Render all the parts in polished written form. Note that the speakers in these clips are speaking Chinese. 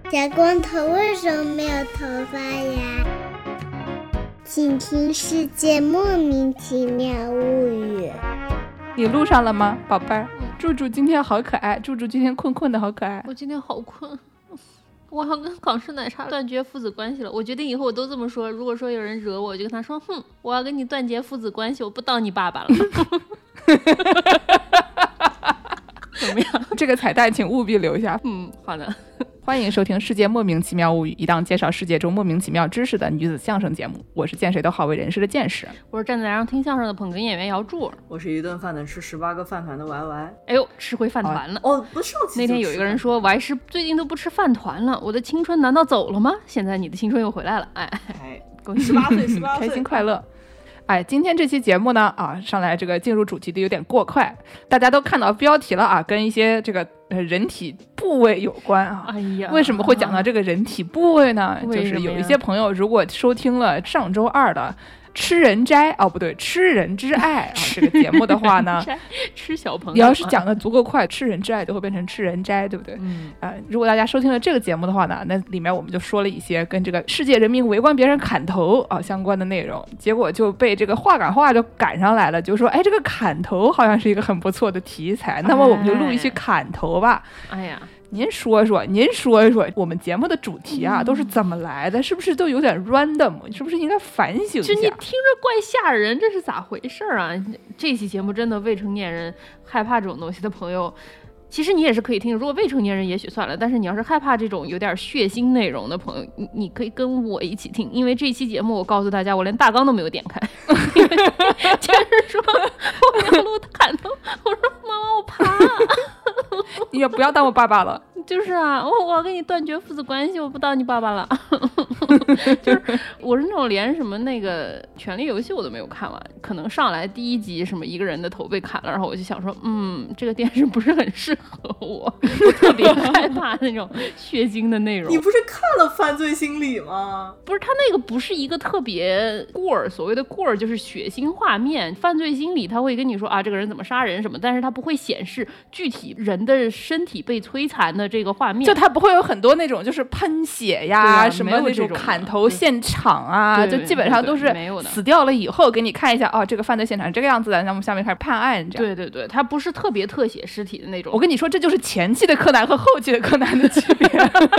小光头为什么没有头发呀？请听《世界莫名其妙物语》。 你录上了吗，宝贝儿？柱柱今天好可爱，柱柱今天困的好可爱。 我今天好困，我要跟港式奶茶断绝父子关系了。我决定以后我都这么说，如果说有人惹我，我就跟他说，我要跟你断绝父子关系，我不当你爸爸了。怎么样？ 这个彩蛋请务必留下。 好的。 欢迎收听《世界莫名其妙物语》，一档介绍世界中莫名其妙知识的女子相声节目。我是见谁都好为人师的见识， 我是站在台上听相声的捧哏演员姚柱， 我是一顿饭能吃18个饭团的 YY。 哎呦，吃回饭团了！ 不是上期那天有一个人说，Y师最近都不吃饭团了，我的青春难道走了吗？现在你的青春又回来了，哎， 恭喜18岁， 开心快乐。哎，今天这期节目呢，上来这个进入主题的有点过快，大家都看到标题了啊，跟一些这个人体部位有关啊。 哎呀， 为什么会讲到这个人体部位呢？就是有一些朋友如果收听了上周二的吃人斋不对，吃人之爱这个节目的话呢， 吃小朋友， 你要是讲的足够快，吃人之爱就会变成吃人斋，对不对？如果大家收听了这个节目的话呢，那里面我们就说了一些跟这个世界人民围观别人砍头相关的内容，结果就被这个话赶话就赶上来了，就说这个砍头好像是一个很不错的题材，那么我们就录一期砍头吧。 哎呀， 您说一说我们节目的主题都是怎么来的？是不是都有点 random？ 是不是应该反省一下？ 就你听着怪吓人，这是咋回事啊？这期节目真的未成年人害怕这种东西的朋友，其实你也是可以听。如果未成年人也许算了，但是你要是害怕这种有点血腥内容的朋友，你可以跟我一起听，因为这期节目我告诉大家，我连大纲都没有点开，就是说我要录砍头，我说妈妈我怕。 你也不要当我爸爸了。 就是我要跟你断绝父子关系，我不当你爸爸了。就是我是那种连什么那个权力游戏我都没有看完，可能上来第一集什么一个人的头被砍了，然后我就想说这个电视不是很适合我特别害怕那种血腥的内容。 你不是看了犯罪心理吗？ 不是，他那个不是一个特别gore，所谓的gore就是血腥画面。犯罪心理他会跟你说这个人怎么杀人什么，但是他不会显示具体人的身体被摧残的这个画面， 就他不会有很多那种就是喷血呀什么那种砍头现场就基本上都是死掉了以后给你看一下这个犯罪现场是这个样子的，那么下面开始判案这样。 对，他不是特别特写尸体的那种。 我跟你说，这就是前期的柯南和后期的柯南的区别。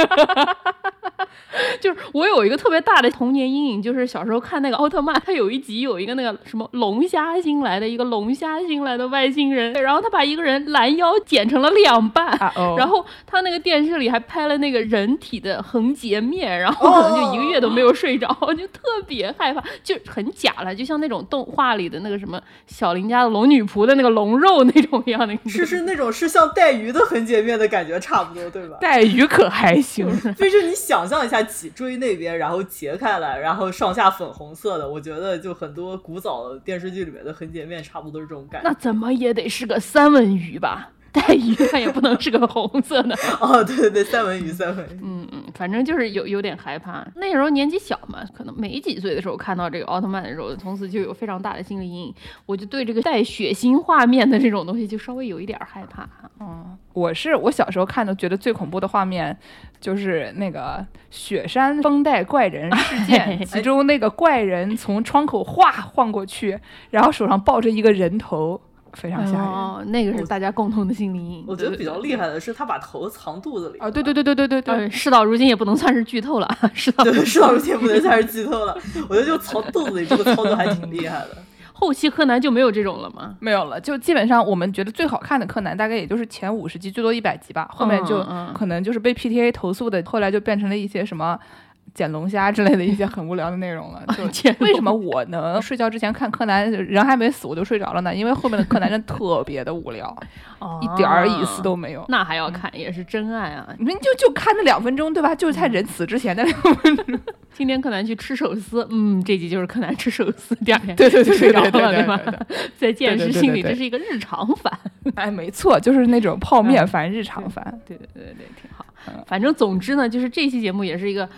就是我有一个特别大的童年阴影，就是小时候看那个奥特曼，他有一集有一个那个什么龙虾星来的一个龙虾星来的外星人，然后他把一个人拦腰剪成了2半，然后他那个电视里还拍了那个人体的横截面，然后可能就1个月都没有睡着，就特别害怕，就很假了，就像那种动画里的那个什么小林家的龙女仆的那个龙肉那种一样的， 是那种是像带鱼的横截面的感觉差不多，对吧？ 带鱼可还行。 就是你想象一下脊椎那边然后截开来，然后上下粉红色的，我觉得就很多古早的电视剧里面的横截面差不多是这种感觉。 那怎么也得是个三文鱼吧？带鱼它也不能是个红色的。 对，三文鱼。 反正就是有点害怕。那时候年纪小嘛，可能没几岁的时候看到这个奥特曼的时候，从此就有非常大的心理阴影，我就对这个带血腥画面的这种东西就稍微有一点害怕。 我小时候看的觉得最恐怖的画面就是那个雪山风带怪人事件，其中那个怪人从窗口晃过去，然后手上抱着一个人头，非常吓人。 那个是大家共同的心理阴影。 我觉得比较厉害的是他把头藏肚子里。 对， 事到如今也不能算是剧透了。事到如今也不能算是剧透了。我觉得就藏肚子里这个操作还挺厉害的。 后期柯南就没有这种了吗？ 没有了，就基本上我们觉得最好看的柯南大概也就是前50集最多100集吧，后面就可能就是被 PTA 投诉的，后来就变成了一些什么捡龙虾之类的一些很无聊的内容了。就为什么我能睡觉之前看柯南人还没死我就睡着了呢？因为后面的柯南真特别的无聊，一点意思都没有。 那还要看，也是真爱啊！ 你们就看那2分钟对吧？就是在人死之前的2分钟。 今天柯南去吃手撕，这集就是柯南吃手撕，第2天对睡着了，对吧？在见识心里这是一个日常饭。 没错，就是那种泡面饭、日常饭。 对，挺好。反正总之呢，就是这期节目也是一个，我就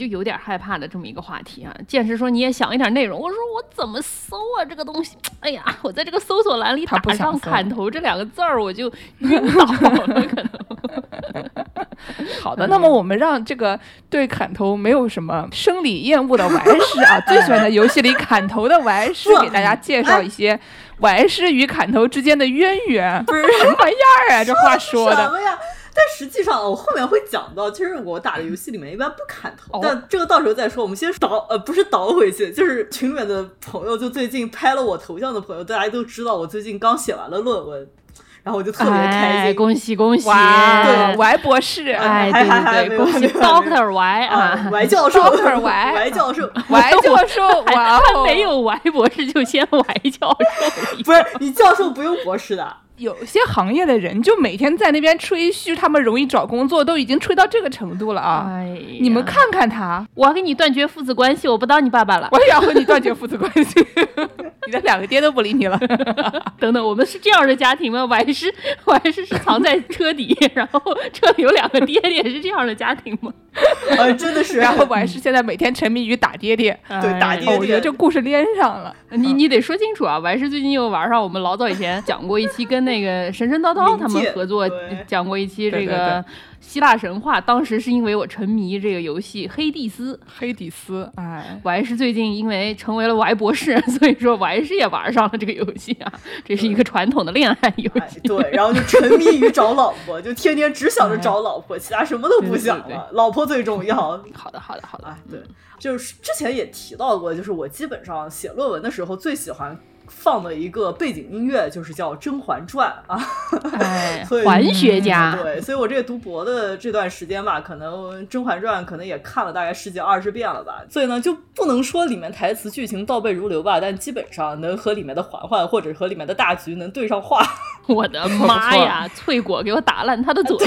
就有点害怕的这么一个话题啊。剑师说你也想一点内容，我说我怎么搜啊这个东西？哎呀，我在这个搜索栏里打上砍头这2个字儿，我就晕倒了可能。 好的，那么我们让这个对砍头没有什么生理厌恶的Y师啊，最喜欢的游戏里砍头的Y师给大家介绍一些Y师与砍头之间的渊源。不是什么样啊，这话说的。 什么呀？但实际上我后面会讲到，其实我打的游戏里面一般不砍头，但这个到时候再说。我们先不是倒回去，就是群里面的朋友，就最近拍了我头像的朋友，大家都知道我最近刚写完了论文。然后我就特别开心， 恭喜恭喜！ 对，Y 博士， 对，恭喜 Dr. Y 啊 ，Y 教授 ，Dr. Y 教授 ，Y 教授，哇， 还没有 Y 博士就先 Y 教授， 不是你教授不用博士的。 有些行业的人就每天在那边吹嘘他们容易找工作，都已经吹到这个程度了啊！你们看看他， 我要跟你断绝父子关系，我不当你爸爸了。 我也要和你断绝父子关系，你的2个爹都不理你了。 等等，我们是这样的家庭吗？Y师是藏在车底，然后车里有2个爹爹，是这样的家庭吗？ 真的是。 然后Y师现在每天沉迷于打爹爹， 对，打爹爹。 我觉得这故事连上了。 你得说清楚啊！Y师最近又玩上我们老早以前讲过一期跟那个神神叨叨他们合作讲过一期这个希腊神话，当时是因为我沉迷这个游戏黑帝斯，哎，Y师最近因为成为了 Y 博士，所以说 Y师也玩上了这个游戏啊，这是一个传统的恋爱游戏。 对，然后就沉迷于找老婆，就天天只想着找老婆，其他什么都不想了，对，老婆最重要。 好的。 对，就是之前也提到过，就是我基本上写论文的时候最喜欢放的一个背景音乐就是叫《甄嬛传》啊， 环学家。 对，所以我这个读博的这段时间吧，可能《甄嬛传》可能也看了大概10几20遍了吧，所以呢就不能说里面台词剧情倒背如流吧，但基本上能和里面的嬛嬛或者和里面的大局能对上话。 我的妈呀！翠果给我打烂他的嘴。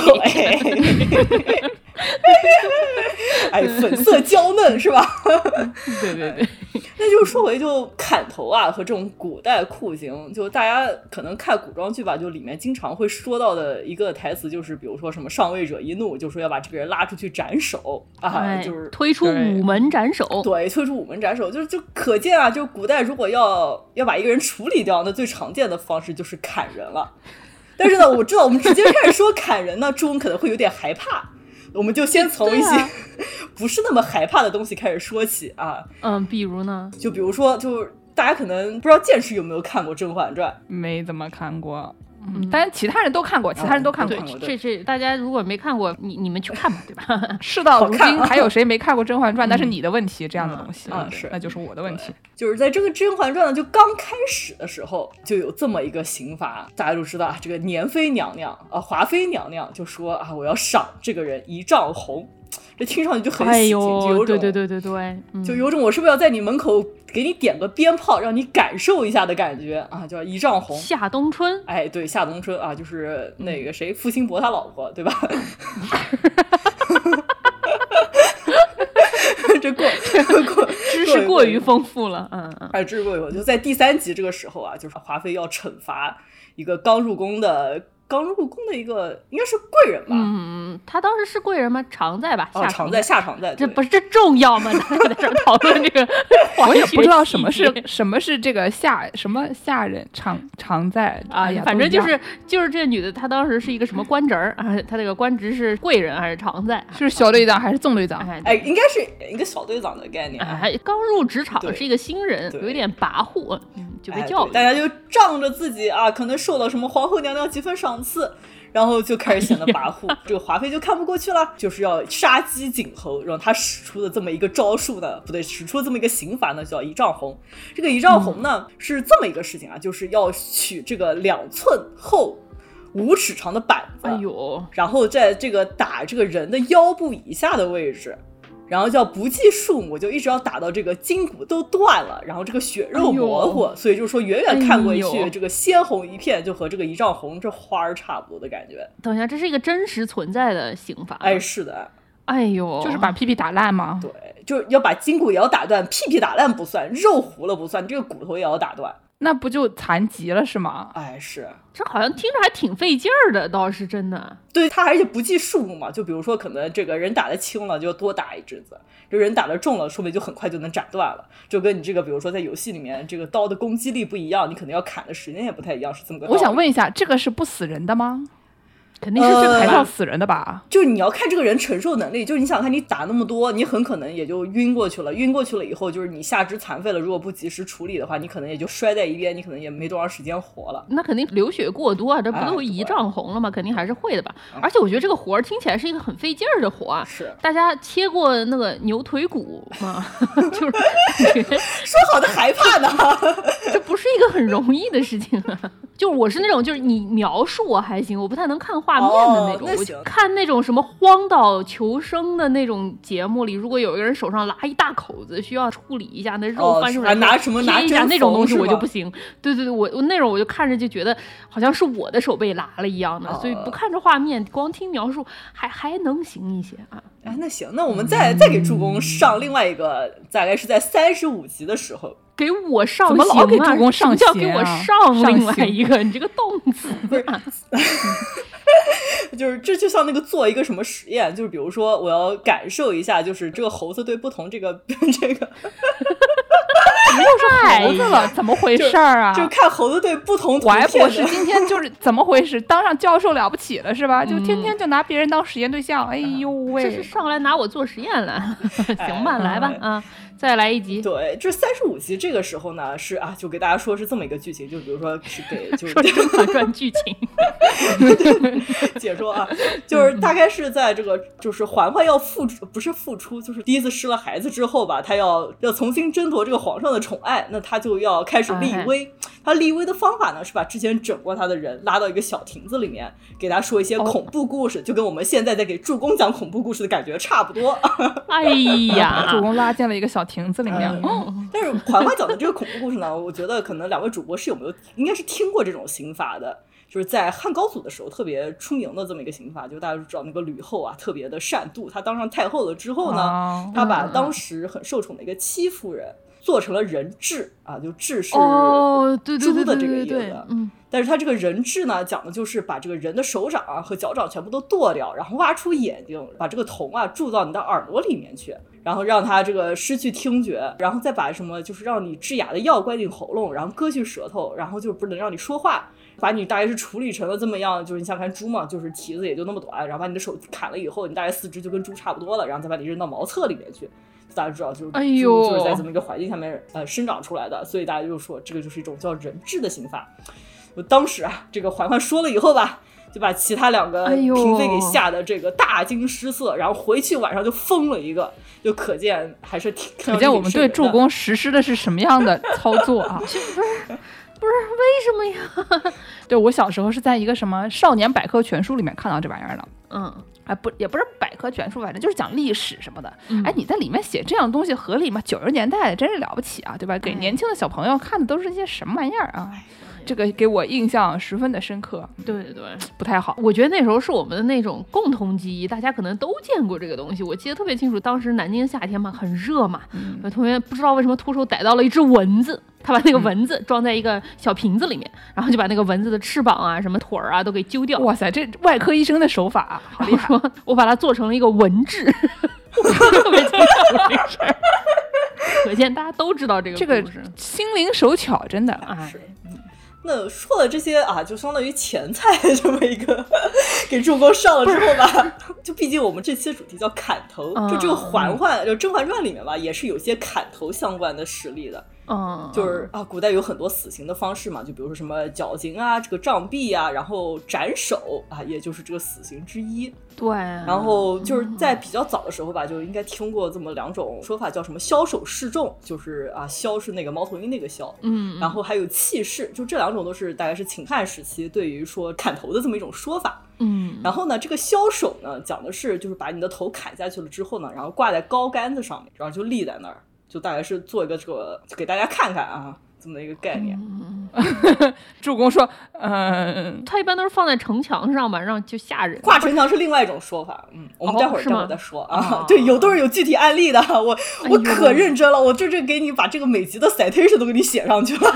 哎，粉色娇嫩是吧？ 对。 那就说回就砍头啊和这种古代酷刑，就大家可能看古装剧吧，就里面经常会说到的一个台词就是，比如说什么上位者一怒，就说要把这个人拉出去斩首啊，就是推出午门斩首。 对，推出午门斩首，就可见啊，就古代如果要把一个人处理掉，那最常见的方式就是砍人了。但是呢，我知道我们直接开始说砍人呢，中文可能会有点害怕。我们就先从一些不是那么害怕的东西开始说起啊。 比如呢？ 就比如说，就大家可能不知道剑师有没有看过《甄嬛传》？ 没怎么看过。但是其他人都看过， 这大家如果没看过，你们去看吧，对吧？ 事到如今还有谁没看过《甄嬛传》？那是你的问题，这样的东西是， 那就是我的问题。 就是在这个《甄嬛传》呢，就刚开始的时候就有这么一个刑罚，大家都知道，这个年妃娘娘华妃娘娘就说啊，我要赏这个人1丈红。这听上去就很喜庆，就有种对， 就有种我是不是要在你门口给你点个鞭炮，让你感受一下的感觉啊，叫1丈红。 夏冬春， 哎，对，夏冬春啊，就是那个谁，傅辛博他老婆，对吧？这知识过于丰富了， 知识过于丰富。就在第3集这个时候啊，就是华妃要惩罚一个刚入宫的一个应该是贵人吧？ 他当时是贵人吗？常在吧？ 下常在， 这不是这重要吗？咱们在这儿讨论这个， 我也不知道什么是这个下人常在啊，反正就是这女的，她当时是一个什么官职啊？她那个官职是贵人还是常在？ 是小队长还是纵队长？ 哎，应该是一个小队长的概念。 刚入职场是一个新人，有一点跋扈，就被教育。 大家就仗着自己啊，可能受到什么皇后娘娘几分赏赐，然后就开始显得跋扈。这个华妃就看不过去了，就是要杀鸡儆猴，让他使出的这么一个招数呢，不对，使出这么一个刑罚呢，叫1丈红。这个1丈红呢，是这么一个事情啊，就是要取这个2寸厚5尺长的板子，然后在这个打这个人的腰部以下的位置。然后叫不计数目，就一直要打到这个筋骨都断了，然后这个血肉模糊，所以就是说远远看过去，这个鲜红一片，就和这个1丈红这花儿差不多的感觉。 等一下，这是一个真实存在的刑罚？ 哎，是的。 哎呦， 就是把屁屁打烂吗？ 对，就是要把筋骨也要打断，屁屁打烂不算，肉糊了不算，这个骨头也要打断。 那不就残疾了是吗？ 哎，是， 这好像听着还挺费劲儿的，倒是真的。 对，他而且不计数目嘛，就比如说可能这个人打得轻了就要多打一阵子，这人打得重了说不定就很快就能斩断了，就跟你这个比如说在游戏里面这个刀的攻击力不一样，你可能要砍的时间也不太一样，是这么个道理。 我想问一下，这个是不死人的吗？肯定是还是要死人的吧？ 就是你要看这个人承受能力，就是你想看你打那么多，你很可能也就晕过去了，晕过去了以后，就是你下肢残废了，如果不及时处理的话，你可能也就摔在一边，你可能也没多长时间活了。 那肯定流血过多啊，这不都一丈红了吗？肯定还是会的吧。而且我觉得这个活儿听起来是一个很费劲儿的活啊。 是， 大家切过那个牛腿骨吗？就是说好的害怕呢， 这不是一个很容易的事情啊。就我是那种，就是你描述我还行，我不太能看画面的那种。我看那种什么荒岛求生的那种节目里，如果有一个人手上拉一大口子，需要处理一下，那肉翻出来拿什么拿一下那种东西我就不行。对对对，我那种我就看着就觉得好像是我的手被拉了一样的，所以不看着画面，光听描述还能行一些啊。 哎，那行，那我们再给助攻上另外一个，大概是在35集的时候。 给我上刑啊！ 怎么老给助攻上刑啊？ 叫给我上另外一个，你这个动词不是。就是这就像那个做一个什么实验，就是比如说我要感受一下，就是这个猴子对不同这个怎么又是猴子了？怎么回事啊？ 就看猴子对不同图片的。 我博士今天就是怎么回事？当上教授了不起了是吧？就天天就拿别人当实验对象。哎呦喂， 这是上来拿我做实验了。行吧，来吧啊。再来一集。 对，这35集这个时候呢是啊，就给大家说是这么一个剧情，就比如说是给就是说《甄嬛传》剧情解说啊，就是大概是在这个就是嬛嬛要不是复出，就是第一次生了孩子之后吧，她要重新争夺这个皇上的宠爱，那她就要开始立威。她立威的方法呢是把之前整过她的人拉到一个小亭子里面，给她说一些恐怖故事，就跟我们现在在给助攻讲恐怖故事的感觉差不多。 哎呀， 助攻拉进了一个小亭子里面。 但是嬛嬛讲的这个恐怖故事呢，我觉得可能两位主播是有没有应该是听过这种刑法的，就是在汉高祖的时候特别出名的这么一个刑法，就大家都知道那个吕后啊特别的善妒，她当上太后了之后呢，她把当时很受宠的一个戚夫人做成了人质啊，就质是猪的这个意思。但是他这个人质呢，讲的就是把这个人的手掌啊和脚掌全部都剁掉，然后挖出眼睛，把这个铜啊注到你的耳朵里面去，然后让他这个失去听觉，然后再把什么就是让你致哑的药灌进喉咙，然后割去舌头，然后就不能让你说话，把你大概是处理成了这么样，就是你想看猪嘛，就是蹄子也就那么短，然后把你的手砍了以后，你大概四肢就跟猪差不多了，然后再把你扔到茅厕里面去。大家知道就是猪就是在这么一个环境下面生长出来的，所以大家就说这个就是一种叫人质的刑法。我当时啊，这个嬛嬛说了以后吧，就把其他两个嫔妃给吓得这个大惊失色，然后回去晚上就疯了一个，就可见还是可见我们对助攻实施的是什么样的操作啊？ 不是为什么呀？ 对，我小时候是在一个什么少年百科全书里面看到这玩意儿的。也不是百科全书，反正就是讲历史什么的。哎，你在里面写这样东西合理吗？90年代真是了不起啊，对吧？给年轻的小朋友看的都是一些什么玩意儿啊？这个给我印象十分的深刻。 对对对， 不太好。 我觉得那时候是我们的那种共同记忆，大家可能都见过这个东西。我记得特别清楚，当时南京夏天嘛，很热嘛，有同学不知道为什么徒手逮到了一只蚊子，他把那个蚊子装在一个小瓶子里面，然后就把那个蚊子的翅膀啊、什么腿儿啊都给揪掉。 哇塞，这外科医生的手法好厉害！ 说我把它做成了一个蚊治，特别清楚这事儿。可见大家都知道这个故事， 心灵手巧，真的哎。 那说了这些啊，就相当于前菜这么一个给助攻上了之后吧，就毕竟我们这期的主题叫砍头，就这个嬛嬛就《甄嬛传》里面吧，也是有些砍头相关的实例的。就是啊，古代有很多死刑的方式嘛，就比如说什么绞刑啊，这个杖毙啊，然后斩首啊，也就是这个死刑之一。 对， 然后就是在比较早的时候吧，就应该听过这么两种说法，叫什么枭首示众，就是啊，枭是那个猫头鹰那个枭，然后还有气势，就这两种都是大概是秦汉时期对于说砍头的这么一种说法。然后呢，这个枭首呢，讲的是就是把你的头砍下去了之后呢，然后挂在高杆子上面，然后就立在那儿。就大概是做一个这个，就给大家看看啊，这么一个概念。 助攻说， 他一般都是放在城墙上吧，让就吓人。 挂城墙是另外一种说法，我们待会儿再说啊。对，都是有具体案例的，我可认真了，我这给你把这个每集的 citation 都给你写上去了。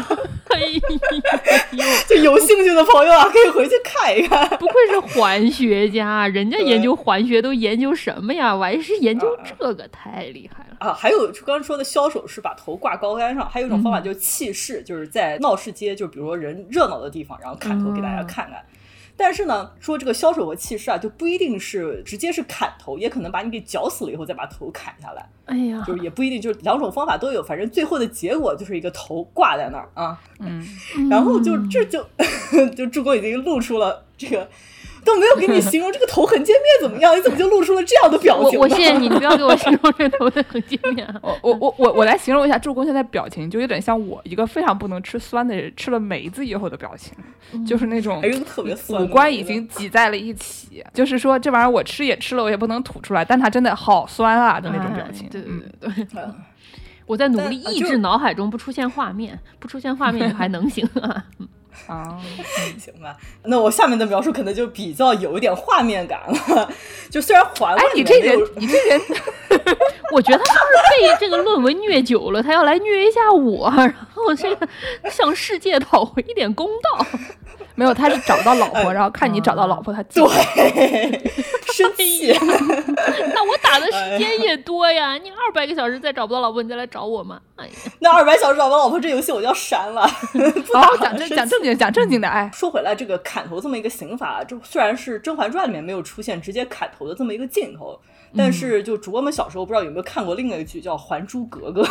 就有兴趣的朋友啊，可以回去看一看。 不愧是环学家，人家研究环学都研究什么呀？我还是研究这个，太厉害了啊！还有刚刚说的枭首是把头挂高杆上，还有一种方法就是气势，就是在闹市街，就比如说人热闹的地方，然后砍头给大家看看。但是呢，说这个枭首和气势啊，就不一定是直接是砍头，也可能把你给绞死了以后再把头砍下来。 哎呀， 就是也不一定，就是两种方法都有，反正最后的结果就是一个头挂在那儿啊。然后就助攻已经露出了这个。都没有给你形容这个头横截面怎么样，你怎么就露出了这样的表情？ 我谢谢你，你不要给我形容这头的横截面。 我来形容一下助攻现在表情，就有点像我一个非常不能吃酸的人吃了梅子以后的表情，就是那种特别酸， 五官已经挤在了一起，就是说这玩意儿我吃也吃了，我也不能吐出来，但它真的好酸啊的那种表情。 对。我在努力抑制脑海中不出现画面，不出现画面还能行啊。 行吧，那我下面的描述可能就比较有一点画面感了。就虽然环了， 你这人， 我觉得他是被这个论文虐久了，他要来虐一下我，然后这个向世界讨回一点公道。 没有，他是找到老婆，然后看你找到老婆，他对生气。 那我打的时间也多呀，你200个小时再找不到老婆，你再来找我吗？哎呀， 那200小时找不到老婆，这游戏我就要删了。 好，讲正经的。哎， 说回来，这个砍头这么一个刑法，这虽然是《甄嬛传》里面没有出现直接砍头的这么一个镜头，但是就主播们小时候不知道有没有看过另外一个剧叫《还珠格格》。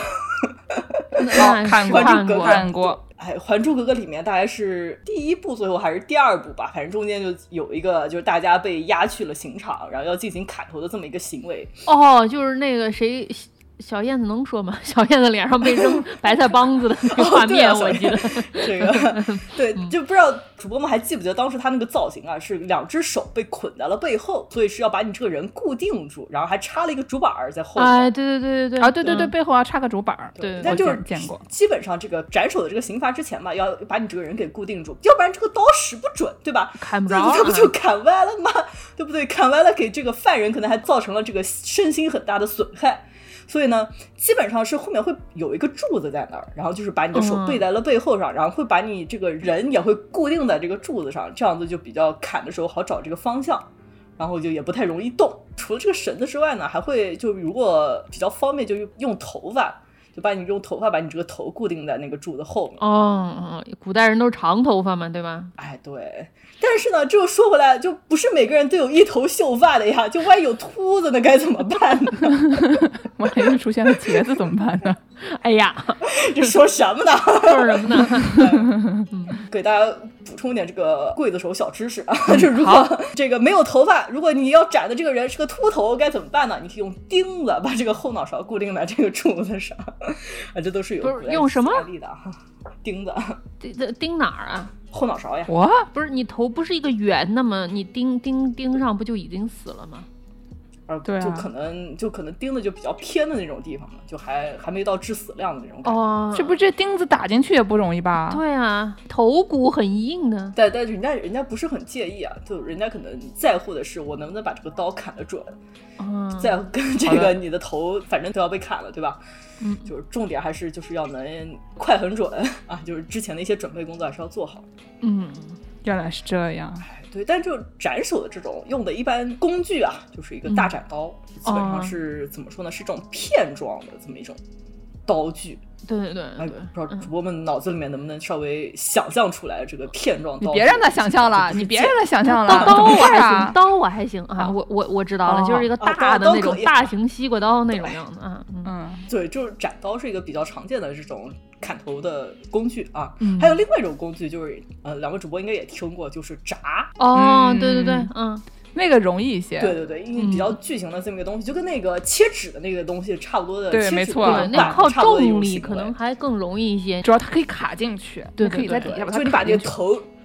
看过。 《还珠格格》里面大概是第1部最后还是第2部吧，反正中间就有一个就是大家被押去了刑场，然后要进行砍头的这么一个行为。 就是那个谁。小燕子能说吗？小燕子脸上被扔白菜帮子的那个画面，我记得这个对，就不知道主播们还记不记得当时他那个造型啊，是2只手被捆在了背后，所以是要把你这个人固定住，然后还插了一个竹板在后面。 哎，对对，背后要插个竹板。 对， 但就是见过。 基本上这个斩首的这个刑罚之前吧，要把你这个人给固定住，要不然这个刀使不准，对吧？ 砍不着， 他不就砍歪了吗？对不对？砍歪了，给这个犯人可能还造成了这个身心很大的损害。所以呢，基本上是后面会有一个柱子在那儿，然后就是把你的手背在了背后上，然后会把你这个人也会固定在这个柱子上，这样子就比较砍的时候好找这个方向，然后就也不太容易动。除了这个绳子之外呢，还会就如果比较方便，就用头发，就把你用头发把你这个头固定在那个柱子后面。 古代人都是长头发嘛，对吧？ 哎，对。但是呢，这又说回来，就不是每个人都有一头秀发的呀，就万一有秃子呢，该怎么办呢？ 万一出现了茄子怎么办呢？ 哎呀， 这说什么呢？ 说什么呢？ 给大家补充一点这个刽子手小知识啊，就如果这个没有头发，如果你要斩的这个人是个秃头，该怎么办呢？你可以用钉子把这个后脑勺固定在这个柱子上啊，这都是有用什么的啊？钉子， 钉哪儿啊？ 后脑勺呀。 不是你头不是一个圆的吗？你钉上不就已经死了吗？ 对啊， 就可能钉的就比较偏的那种地方嘛，就还没到致死量的那种感觉。 这不这钉子打进去也不容易吧？ 对啊，头骨很硬的。 但人家不是很介意啊，就人家可能在乎的是我能不能把这个刀砍得准。在跟这个你的头反正都要被砍了，对吧？就是重点还是就是要能快很准啊，就是之前的一些准备工作还是要做好。 原来是这样。 对，但就斩首的这种用的一般工具啊，就是一个大斩刀，基本上是怎么说呢？是这种片状的这么一种刀具。 对， 不知道主播们脑子里面能不能稍微想象出来这个片状刀具？ 你别让他想象了，你别让他想象了。 刀我还行啊，我知道了，就是一个大的那种大型西瓜刀那种样子啊。 对，就是斩刀是一个比较常见的这种砍头的工具啊。还有另外一种工具就是两位主播应该也听过，就是铡。 对， 那个容易一些。 对，因为比较巨型的这么一个东西，就跟那个切纸的那个东西差不多的。 对，没错， 那靠重力可能还更容易一些， 主要它可以卡进去， 对， 可以在底下把它。 就你把这个头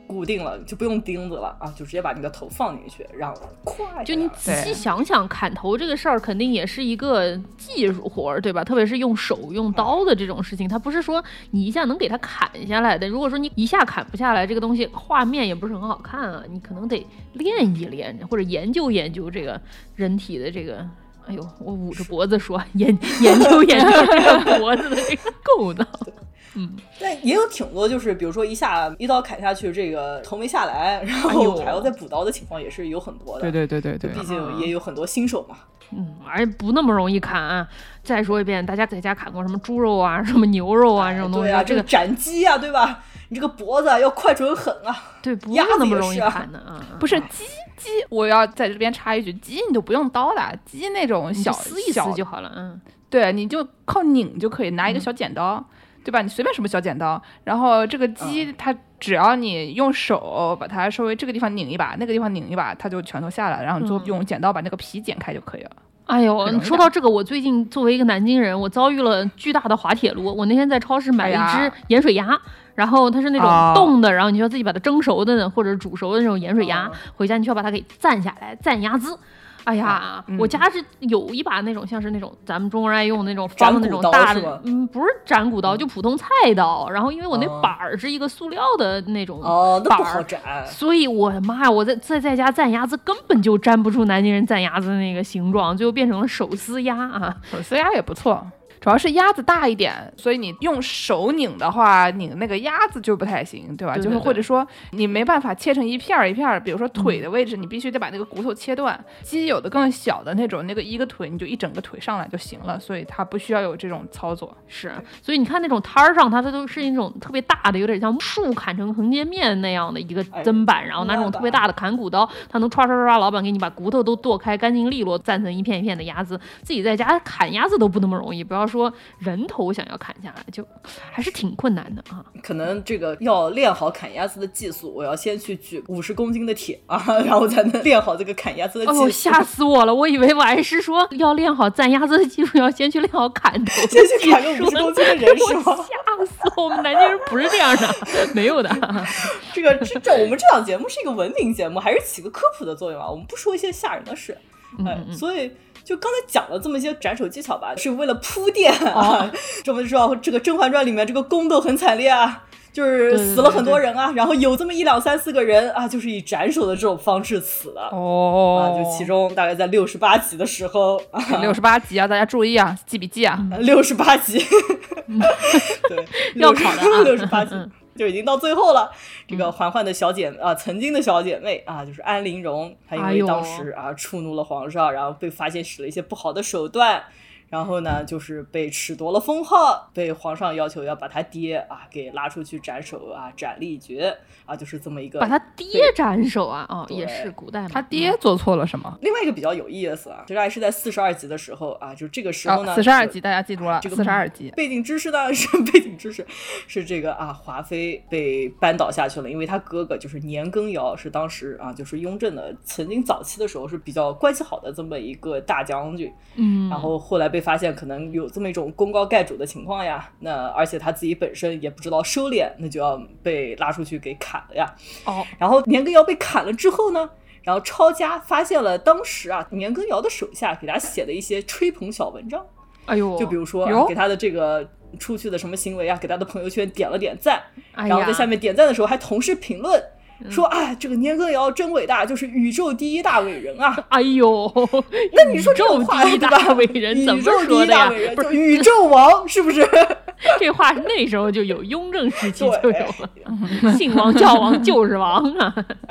固定了，就不用钉子了啊，就直接把你的头放进去，让快。 就你仔细想想，砍头这个事儿肯定也是一个技术活，对吧？特别是用手用刀的这种事情，它不是说你一下能给它砍下来的。如果说你一下砍不下来，这个东西画面也不是很好看啊，你可能得练一练，或者研究研究这个人体的这个。哎呦，我捂着脖子说研究这个脖子的这个构造。 但也有挺多，就是比如说一刀砍下去，这个头没下来，然后还要再补刀的情况也是有很多的。 对， 毕竟也有很多新手嘛。 而且不那么容易砍啊。再说一遍，大家在家砍过什么猪肉啊、什么牛肉啊这种东西？ 对啊，这个斩鸡啊，对吧？你这个脖子要快准狠啊。 对，不是那么容易砍的啊。 不是鸡，我要在这边插一句，鸡你就不用刀的，鸡那种小撕一撕就好了。 对，你就靠拧就可以，拿一个小剪刀。对吧？你随便什么小剪刀，然后这个鸡它只要你用手把它稍微这个地方拧一把，那个地方拧一把，它就全都下来，然后你就用剪刀把那个皮剪开就可以了。 哎呦，说到这个，我最近作为一个南京人，我遭遇了巨大的滑铁卢。我那天在超市买了一只盐水鸭，然后它是那种冻的，然后你需要自己把它蒸熟的或者煮熟的那种盐水鸭，回家你需要把它给蘸下来，蘸鸭汁。哎呀，我家是有一把那种像是那种咱们中国人爱用的那种方的那种大的，不是斩骨刀，就普通菜刀。然后因为我那板儿是一个塑料的那种板儿， 那不好斩， 所以我的妈呀，我在家蘸鸭子根本就蘸不出南京人蘸鸭子的那个形状，最后变成了手撕鸭啊。 手撕鸭也不错。主要是鸭子大一点，所以你用手拧的话，拧那个鸭子就不太行，对吧？ 对， 就是或者说你没办法切成一片一片，比如说腿的位置，你必须得把那个骨头切断。鸡有的更小的那种，那个一个腿你就一整个腿上来就行了，所以它不需要有这种操作。 是，所以你看那种摊儿上，它都是那种特别大的，有点像树砍成横截面那样的一个砧板，然后拿那种特别大的砍骨刀，它能唰，老板给你把骨头都剁开，干净利落，蘸成一片一片的鸭子。自己在家砍鸭子都不那么容易，不要说人头想要砍下来，就还是挺困难的啊。 可能这个要练好砍鸭子的技术，我要先去举50公斤的铁啊，然后才能练好这个砍鸭子的技术。 吓死我了！我以为我还是说要练好蘸鸭子的技术，要先去练好砍头， 先去砍个50公斤的人是吗？ 吓死我们南京人不是这样的，没有的。 这我们这档节目是一个文明节目，还是起个科普的作用啊？我们不说一些吓人的事。所以就刚才讲了这么一些斩首技巧吧，是为了铺垫啊。这么说这个《甄嬛传》里面这个宫斗很惨烈啊，就是死了很多人啊，然后有这么1、2、3、4个人啊，就是以斩首的这种方式死的就其中大概在68集的时候 68集啊，大家注意啊，记笔记啊 ，68集对， 要考的 68集就已经到最后了。这个嬛嬛的曾经的小姐妹啊，就是安陵容，她因为当时触怒了皇上，然后被发现使了一些不好的手段，然后呢就是被褫夺了封号，被皇上要求要把他爹给拉出去斩首斩立决就是这么一个把他爹斩首也是古代嘛。 他爹做错了什么？ 另外一个比较有意思这还是在42集的时候就这个时候呢 42集大家记住了，这个42集背景知识呢是这个华妃被扳倒下去了，因为他哥哥就是年羹尧是当时就是雍正的曾经早期的时候是比较关系好的这么一个大将军，然后后来被发现可能有这么一种功高盖主的情况呀，那而且他自己本身也不知道收敛，那就要被拉出去给砍了呀。然后年羹尧被砍了之后呢，然后抄家发现了当时年羹尧的手下给他写的一些吹捧小文章，就比如说给他的这个出去的什么行为给他的朋友圈点了点赞，然后在下面点赞的时候还同时评论说这个年羹尧真伟大，就是宇宙第一大伟人啊！ 哎呦， 那你说这种话第一大伟人怎么说的呀？ 不是宇宙王是不是？ 这话是那时候就有，雍正时期就有了，姓王教王就是王啊。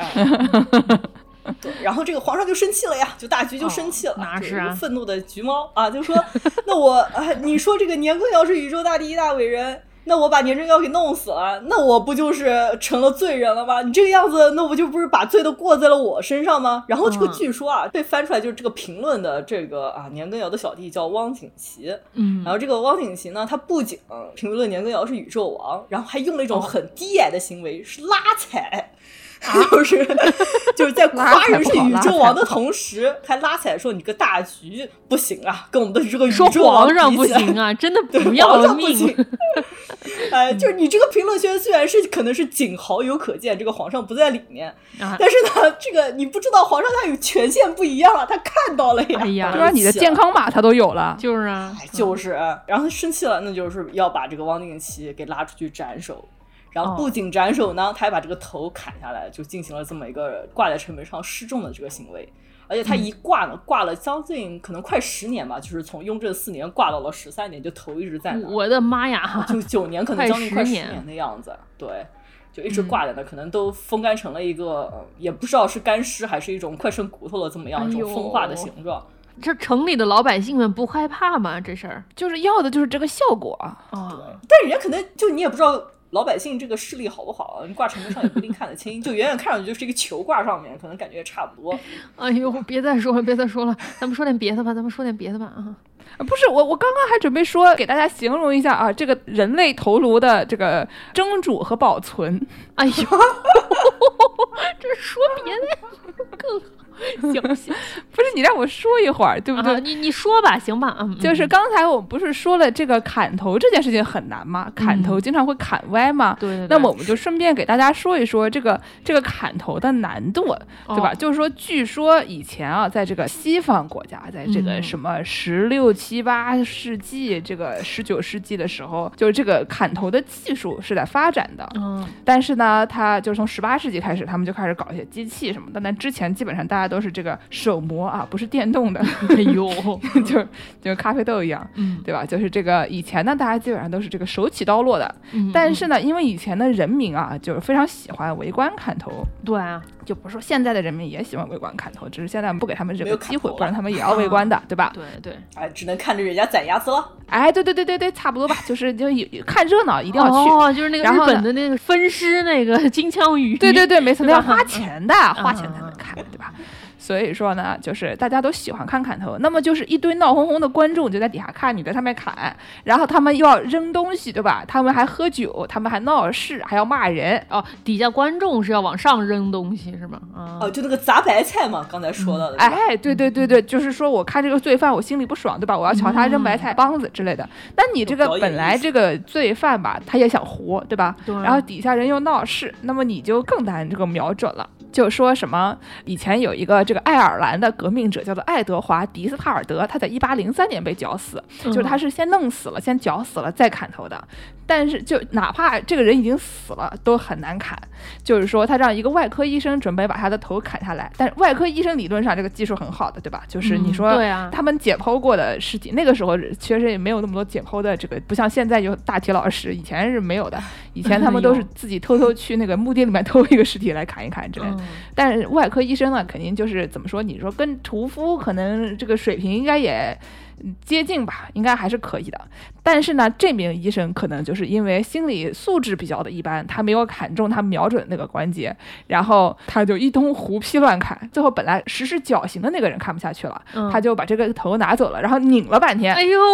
对，然后这个皇上就生气了呀，就大局就生气了， 哪是啊？ 愤怒的橘猫就说那我你说这个年羹尧是宇宙第一大伟人，那我把年羹尧给弄死了，那我不就是成了罪人了吗？你这个样子，那我就不是把罪都过在了我身上吗？然后这个据说被翻出来，就是这个评论的这个年羹尧的小弟叫汪景祺，然后这个汪景祺呢，他不仅评论年羹尧是宇宙王，然后还用了一种很低矮的行为，是拉踩。就是在夸人是宇宙王的同时，还拉踩说你个大局不行跟我们的这个宇宙王皇上不行真的不要命。 就是你这个评论圈虽然是可能是仅毫有可见，这个皇上不在里面，但是呢，这个你不知道皇上他有权限不一样啊，他看到了呀。 哎呀， 对吧？你的健康码他都有了， 就是啊， 就是，然后他生气了，那就是要把这个汪定期给拉出去斩首。然后不仅斩首呢，他还把这个头砍下来，就进行了这么一个挂在城门上示众的这个行为。而且他一挂呢，挂了将近可能快10年吧，就是从雍正4年挂到了13年，就头一直在那。 我的妈呀， 就9年，可能将近快10年的样子。对，就一直挂在那，可能都风干成了一个也不知道是干尸还是一种快成骨头了这么样一种风化的形状。 这城里的老百姓们不害怕吗？这事儿就是要的就是这个效果啊。 对，但人家可能就你也不知道老百姓这个视力好不好，你挂城门上也不一定看得清，就远远看上去就是一个球挂上面，可能感觉也差不多。 哎呦，别再说了，咱们说点别的吧啊！ 不是我刚刚还准备说给大家形容一下啊，这个人类头颅的这个蒸煮和保存。 哎呦，这说别的更好。行，不是你让我说一会儿，对不对？ 你说吧，行吧。 就是刚才我们不是说了这个砍头这件事情很难吗？砍头经常会砍歪嘛。 对。 那么我们就顺便给大家说一说这个砍头的难度，对吧？就是说，据说以前啊，在这个西方国家，在这个什么16、17、18世纪，这个19世纪的时候，就是这个砍头的技术是在发展的。但是呢，它就是从18世纪开始，他们就开始搞一些机器什么的。但之前基本上大家都是这个手磨啊，不是电动的。 哎呦， 就咖啡豆一样，对吧？就是这个以前呢，大家基本上都是这个手起刀落的。但是呢，因为以前的人民啊，就是非常喜欢围观砍头。 对啊， 就不是说现在的人民也喜欢围观砍头，只是现在不给他们这个机会，不然他们也要围观的，对吧？ 对， 哎，只能看着人家斩鸭子了。 哎，对，差不多吧，就看热闹，一定要去。 就是那个日本的那个分尸那个金枪鱼。 对，没错，那要花钱的，花钱才能看，对吧？所以说呢，就是大家都喜欢看砍头，那么就是一堆闹哄哄的观众就在底下看，你在上面砍，然后他们又要扔东西，对吧？他们还喝酒，他们还闹事，还要骂人。 底下观众是要往上扔东西是吗？ 就那个砸白菜嘛，刚才说到的。 哎，对，就是说我看这个罪犯我心里不爽，对吧？我要朝他扔白菜帮子之类的。那你这个本来这个罪犯吧，他也想活，对吧？ 对。 然后底下人又闹事，那么你就更难这个瞄准了。就说什么以前有一个这个爱尔兰的革命者叫做爱德华·迪斯帕尔德，他在1803年被绞死，就是他是先弄死了，先绞死了再砍头的。但是就哪怕这个人已经死了都很难砍，就是说他让一个外科医生准备把他的头砍下来，但是外科医生理论上这个技术很好的，对吧？就是你说他们解剖过的尸体，那个时候确实也没有那么多解剖的这个，不像现在有大体老师，以前是没有的，以前他们都是自己偷偷去那个墓地里面偷一个尸体来砍一砍之类的。但是外科医生呢，肯定就是怎么说？你说跟屠夫可能这个水平应该也接近吧，应该还是可以的。但是呢，这名医生可能就是因为心理素质比较的一般，他没有砍中他瞄准那个关节，然后他就一通胡劈乱砍。最后本来实施绞刑的那个人看不下去了，他就把这个头拿走了，然后拧了半天。 哎呦，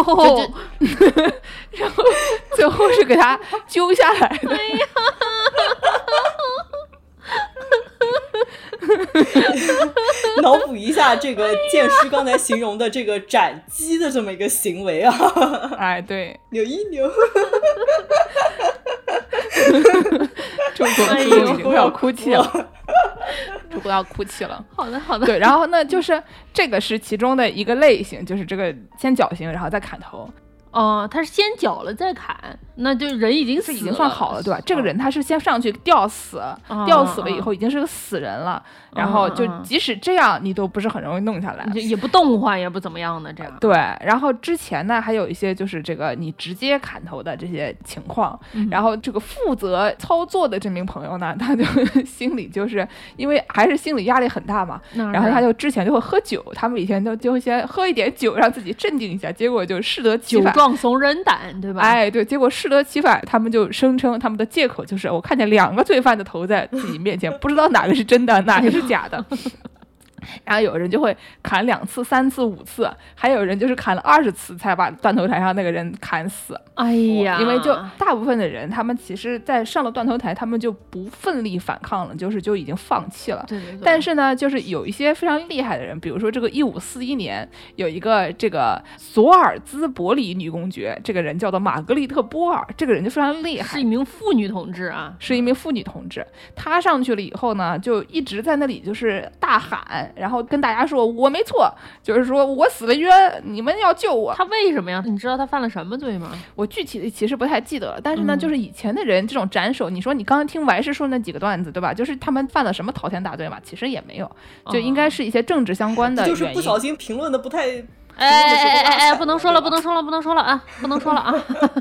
然后最后是给他揪下来的。 哎呀。 脑补一下这个剑师刚才形容的这个斩鸡的这么一个行为啊！ 哎，对， 扭一扭， 主播已经要哭泣了，主播要哭泣了。 好的， 对，然后呢，就是这个是其中的一个类型，就是这个先绞刑，然后再砍头。 他是先绞了再砍，那就人已经死了， 已经算好了，对吧？这个人他是先上去吊死，吊死了以后已经是个死人了，然后就即使这样，你都不是很容易弄下来， 也不动换，也不怎么样的这样。 对，然后之前呢还有一些就是这个你直接砍头的这些情况，然后这个负责操作的这名朋友呢，他就心里就是因为还是心理压力很大嘛，然后他就之前就会喝酒，他们以前就会先喝一点酒让自己镇定一下，结果就适得其反。 壮怂人胆，对吧？ 哎，对，结果适得其反，他们就声称他们的借口就是我看见2个罪犯的头在自己面前，不知道哪个是真的，哪个是假的。 然后有人就会砍2次、3次、5次，还有人就是砍了20次才把断头台上那个人砍死。 哎呀， 因为就大部分的人，他们其实在上了断头台，他们就不奋力反抗了，就已经放弃了。 对对对。 但是呢，就是有一些非常厉害的人，比如说这个1541年有一个这个索尔兹伯里女公爵，这个人叫做玛格丽特·波尔，这个人就非常厉害， 是一名妇女同志啊， 是一名妇女同志。她上去了以后呢，就一直在那里就是大喊，然后跟大家说我没错，就是说我死了冤，你们要救我。 她为什么呀？你知道她犯了什么罪吗？ 我具体的其实不太记得了，但是呢，就是以前的人这种斩首，你说你刚刚听王师说那几个段子，对吧？就是他们犯了什么滔天大罪嘛？其实也没有，就应该是一些政治相关的原因。 就是不小心评论的不太。 不能说了啊，不能说了啊！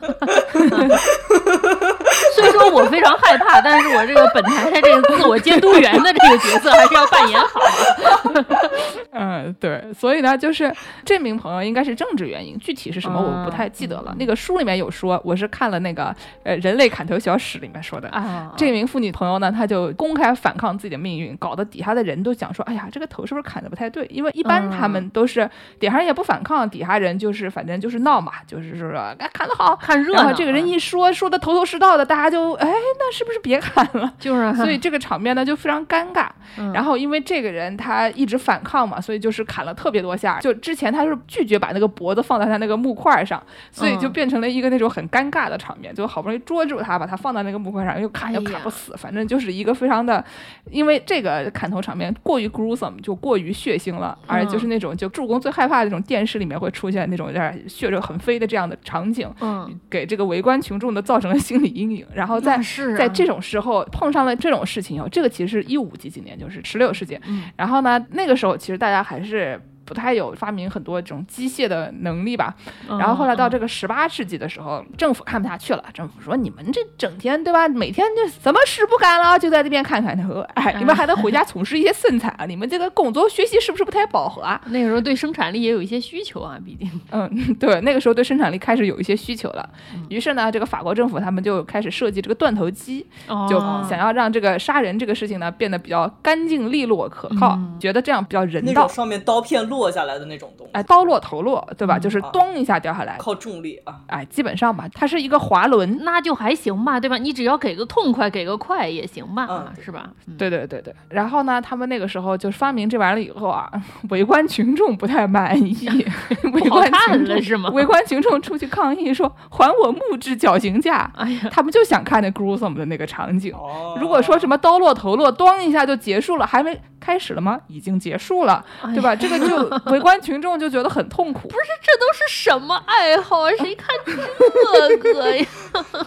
虽说我非常害怕，但是我这个本台的这个自我监督员的这个角色还是要扮演好的。 对，所以呢，就是这名朋友应该是政治原因，具体是什么我不太记得了。那个书里面有说，我是看了那个人类砍头小史里面说的。这名妇女朋友呢，她就公开反抗自己的命运，搞得底下的人都想说，哎呀，这个头是不是砍的不太对？因为一般他们都是底下人也不反抗，底下人就是反正就是闹嘛，就是说砍得好， 看热闹。 然后这个人一说的头头是道的，大家就那是不是别砍了？ 就是， 所以这个场面呢就非常尴尬。然后因为这个人他一直反抗嘛，所以就是砍了特别多下。就之前他是拒绝把那个脖子放在他那个木块上，所以就变成了一个那种很尴尬的场面。就好不容易捉住他，把他放到那个木块上，又砍不死，反正就是一个非常的，因为这个砍头场面过于 gruesome， 就过于血腥了，而就是那种就助攻最害怕的那种电视里面会出现那种有点血肉横飞的这样的场景，给这个围观群众的造成了心理阴影。然后在这种时候碰上了这种事情以后，这个其实是15几年，就是16世纪。然后呢，那个时候其实大家还是不太有发明很多这种机械的能力吧。然后后来到这个18世纪的时候，政府看不下去了，政府说你们这整天对吧，每天就什么事不干了，就在这边看看头，你们还得回家从事一些生产啊，你们这个工作学习是不是不太饱和啊？ 那个时候对生产力也有一些需求啊，毕竟对，那个时候对生产力开始有一些需求了。于是呢，这个法国政府他们就开始设计这个断头机，就想要让这个杀人这个事情呢变得比较干净利落可靠，觉得这样比较人道。 那种上面刀片落下来的那种东西， 刀落头落，对吧？就是咚一下掉下来， 靠重力啊。 基本上吧，它是一个滑轮， 那就还行吧，对吧？你只要给个痛快，给个快也行吧，是吧？ 对。然后呢，他们那个时候就发明这玩意儿了以后啊，围观群众不太满意， 不好看了是吗？ 围观群众出去抗议说：“还我木质绞刑架！”哎呀，他们就想看那 gruesome 的那个场景。如果说什么刀落头落，咚一下就结束了，还没开始了吗？已经结束了，对吧？这个就围观群众就觉得很痛苦。 不是，这都是什么爱好啊？谁看这个呀？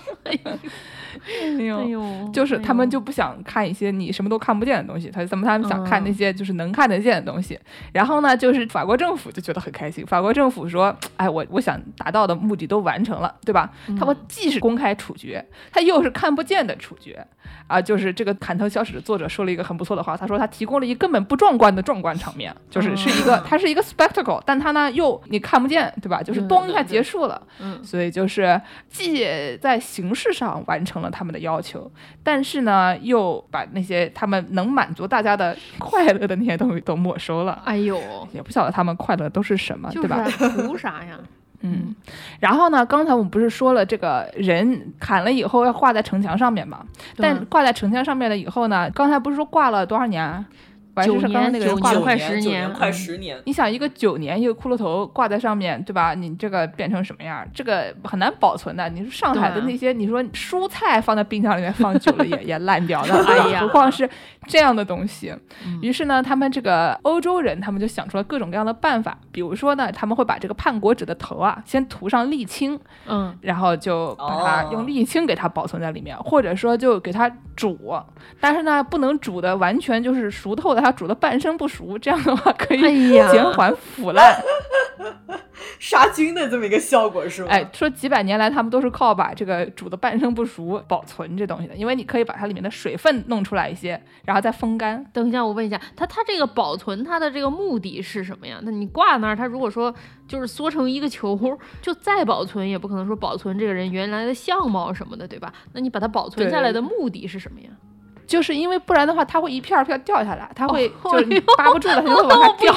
哎呦，就是他们就不想看一些你什么都看不见的东西，他们想看那些就是能看得见的东西。然后呢，就是法国政府就觉得很开心，法国政府说，哎，我想达到的目的都完成了，对吧？他们既是公开处决，他又是看不见的处决啊。就是这个砍头小史的作者说了一个很不错的话，他说他提供了一个根本不壮观的壮观场面，就是它是一个 spectacle， 但它呢又你看不见，对吧？就是咚一下结束了。所以就是既在形式上完成了他们的要求，但是呢又把那些他们能满足大家的快乐的那些东西都没收了。 哎呦， 也不晓得他们快乐都是什么，对吧？ 图啥呀？ 然后呢，刚才我们不是说了这个人砍了以后要挂在城墙上面嘛？但挂在城墙上面了以后呢，刚才不是说挂了多少年啊 ？9年， 刚那个人挂了快10年， 快10年。 你想一个9年一个骷髅头挂在上面，对吧？你这个变成什么样？这个很难保存的。你说上海的那些，你说蔬菜放在冰箱里面放久了也烂掉的， 哎呀， 何况是这样的东西。于是呢，他们这个欧洲人，他们就想出了各种各样的办法。比如说呢，他们会把这个叛国者的头啊，先涂上沥青，然后就把它用沥青给它保存在里面，或者说就给它煮，但是呢，不能煮的完全就是熟透的。它煮的半生不熟，这样的话可以减缓腐烂， 杀菌的这么一个效果是吗？ 说几百年来他们都是靠把这个煮的半生不熟保存这东西的，因为你可以把它里面的水分弄出来一些，然后再风干。 等一下，我问一下，它这个保存它的这个目的是什么呀？那你挂那儿，它如果说就是缩成一个球，就再保存也不可能说保存这个人原来的相貌什么的，对吧？那你把它保存下来的目的是什么呀？ 就是因为不然的话，它会一片片掉下来，它会就是你扒不住了，它就会往下掉。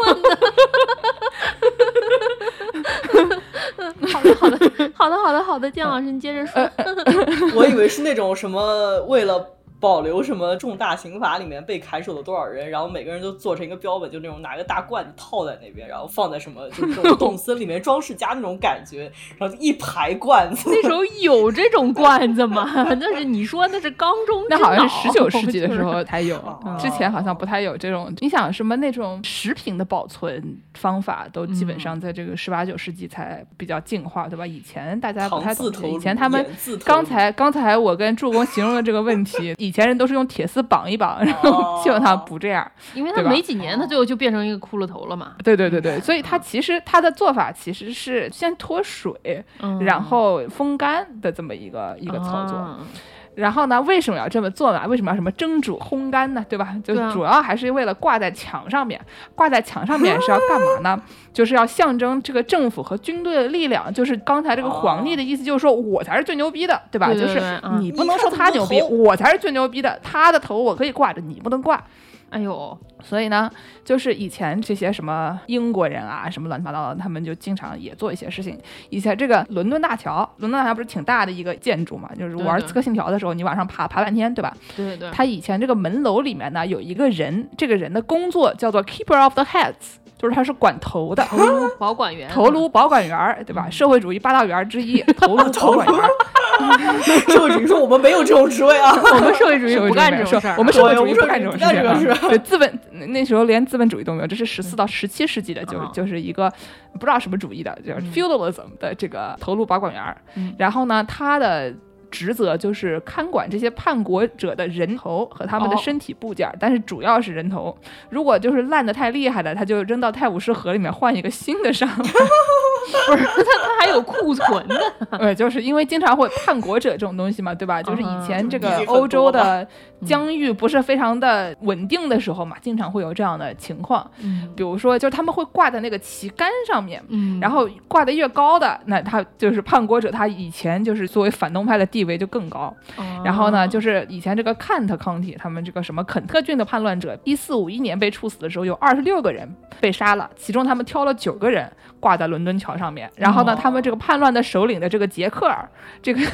好的，姜老师，你接着说。 我以为是那种什么为了保留什么重大刑罚里面被砍手的多少人，然后每个人都做成一个标本，就那种拿个大罐子套在那边，然后放在什么就是这种动森里面装饰家那种感觉，然后一排罐子。 那时候有这种罐子吗？那是你说那是缸中之脑， 那好像是19世纪的时候才有，之前好像不太有这种。你想什么那种食品的保存方法都基本上在这个18、19世纪才比较进化，对吧？以前大家不太懂，以前他们刚才我跟助攻形容的这个问题，以前人都是用铁丝绑一绑，然后基本上不这样， 因为他没几年，他最后就变成一个骷髅头了嘛。 对，所以他其实他的做法其实是先脱水，然后风干的这么一个操作。然后呢，为什么要这么做呢？为什么要什么蒸煮烘干呢？对吧？就主要还是为了挂在墙上面。挂在墙上面是要干嘛呢？就是要象征这个政府和军队的力量。就是刚才这个皇帝的意思，就是说我才是最牛逼的，对吧？就是你不能说他牛逼，我才是最牛逼的。他的头我可以挂着，你不能挂。 哎呦， 所以呢，就是以前这些什么英国人啊，什么乱七八糟的，他们就经常也做一些事情。以前这个伦敦大桥不是挺大的一个建筑嘛，就是玩刺客信条的时候，你往上爬半天，对吧？ 对。 他以前这个门楼里面呢，有一个人，这个人的工作叫做 Keeper of the Heads。就是他是管头的， 头颅保管员， 对吧？社会主义8大员之一，头颅保管员。 社会主义说我们没有这种职位啊， 我们社会主义不干这种事儿， 我们社会主义不干这种事情。对，资本那时候连资本主义都没有，这是14到17世纪的，就是一个不知道什么主义的，就是 feudalism 的这个头颅保管员。然后呢，他的职责就是看管这些叛国者的人头和他们的身体部件，但是主要是人头。如果就是烂的太厉害的，他就扔到泰晤士河里面换一个新的上来。 不是，他还有库存的。 对，就是因为经常会叛国者这种东西嘛，对吧？就是以前这个欧洲的疆域不是非常的稳定的时候嘛，经常会有这样的情况。比如说，就是他们会挂在那个旗杆上面，然后挂得越高的，那他就是叛国者，他以前就是作为反动派的地位就更高。然后呢，就是以前这个坎特康体，他们这个什么肯特郡的叛乱者，1451年被处死的时候，有26个人被杀了，其中他们挑了9个人挂在伦敦桥上面。然后呢，他们这个叛乱的首领的这个杰克，这个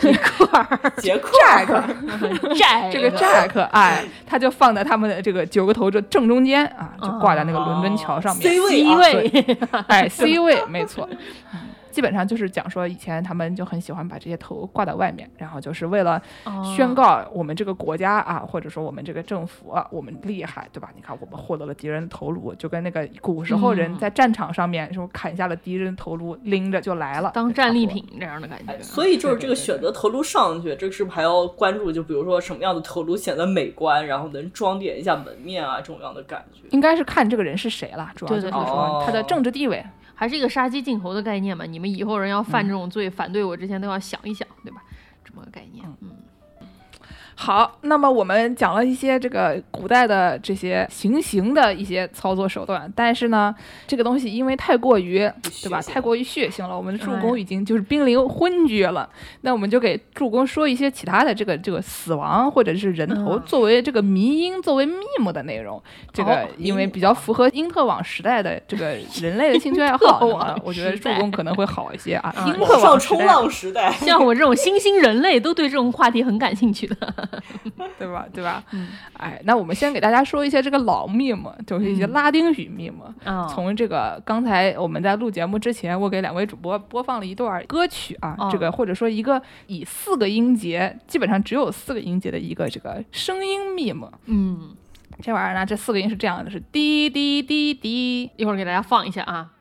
Jack，哎，他就放在他们的这个9个头的正中间啊，就挂在那个伦敦桥上面。 C 位， 哎 ，C 位，没错。基本上就是讲说，以前他们就很喜欢把这些头挂在外面，然后就是为了宣告我们这个国家啊，或者说我们这个政府啊，我们厉害，对吧？你看我们获得了敌人的头颅，就跟那个古时候人在战场上面说砍下了敌人头颅，拎着就来了， 当战利品这样的感觉。 所以就是这个选择头颅上去，这个是不是还要关注？就比如说什么样的头颅显得美观，然后能装点一下门面啊，这种样的感觉。 应该是看这个人是谁了，主要就是说他的政治地位。 还是一个杀鸡儆猴的概念嘛，你们以后人要犯这种罪，反对我之前都要想一想，对吧？这么个概念。 好，那么我们讲了一些这个古代的这些行的一些操作手段，但是呢，这个东西因为太过于，对吧？太过于血腥了，我们的助攻已经就是濒临昏厥了。那我们就给助攻说一些其他的这个死亡或者是人头作为这个迷因、作为 meme 的内容。这个因为比较符合因特网时代的这个人类的兴趣爱好，我觉得助攻可能会好一些啊。因特网冲浪时代， 像我这种新兴人类都对这种话题很感兴趣的。 对吧？哎，那我们先给大家说一些这个老 meme， 就是一些拉丁语 meme。从这个刚才我们在录节目之前，我给2位主播播放了一段歌曲啊，这个或者说一个以4个音节，基本上只有4个音节的一个这个声音 meme。这玩意儿呢，这4个音是这样的，是滴滴滴滴。 一会儿给大家放一下啊。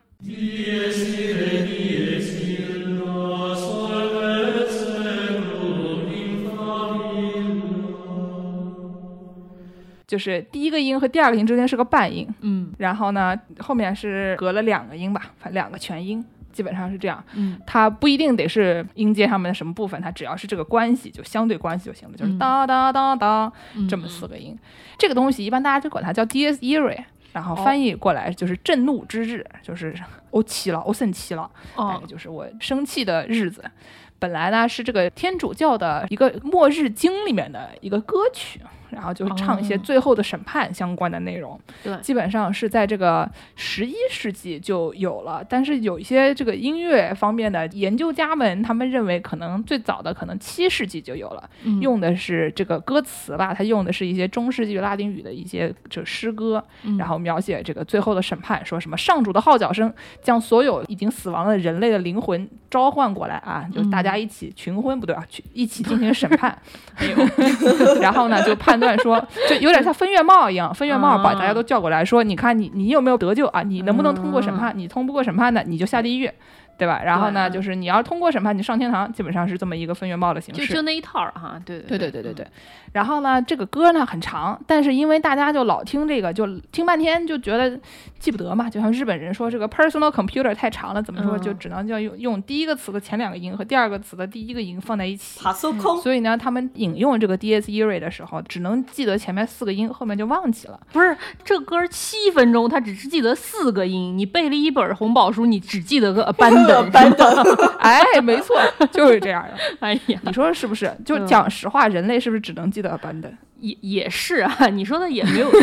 就是第一个音和第2个音之间是个半音，然后呢后面是隔了2个音吧，2个全音，基本上是这样。它不一定得是音阶上面的什么部分，它只要是这个关系，就相对关系就行了，就是哒哒哒哒这么4个音。这个东西一般大家就管它叫 dies irae， 然后翻译过来就是震怒之日，就是我气了，我生气了，大概就是我生气的日子。本来呢是这个天主教的一个末日经里面的一个歌曲， 然后就唱一些最后的审判相关的内容。 对， 基本上是在这个11世纪就有了，但是有一些这个音乐方面的研究家们，他们认为可能最早的可能7世纪就有了，用的是这个歌词吧，他用的是一些中世纪拉丁语的一些这诗歌，然后描写这个最后的审判，说什么上主的号角声将所有已经死亡的人类的灵魂召唤过来啊，就大家一起群婚不对啊，一起进行审判。然后呢就判断说，就有点像分院帽一样，分院帽把大家都叫过来说，你看你有没有得救啊，你能不能通过审判，你通不过审判的你就下地狱，对吧？然后呢就是你要是通过审判你上天堂，基本上是这么一个分院帽的形式， 就那一套哈。对。 然后呢这个歌呢很长，但是因为大家就老听这个，就听半天就觉得记不得嘛，就像日本人说这个 personal computer 太长了，怎么说就只能叫用第一个词的前2个音和第2个词的第1个音放在一起，所以呢他们引用这个 Dies Irae 的时候只能记得前面4个音，后面就忘记了。 不是，这歌7分钟他只是记得4个音，你背了一本红宝书你只记得个 abandon 哎没错，就是这样的。 哎呀， 你说是不是？就讲实话，人类是不是只能记得 abandon？ 也是啊，你说的也没有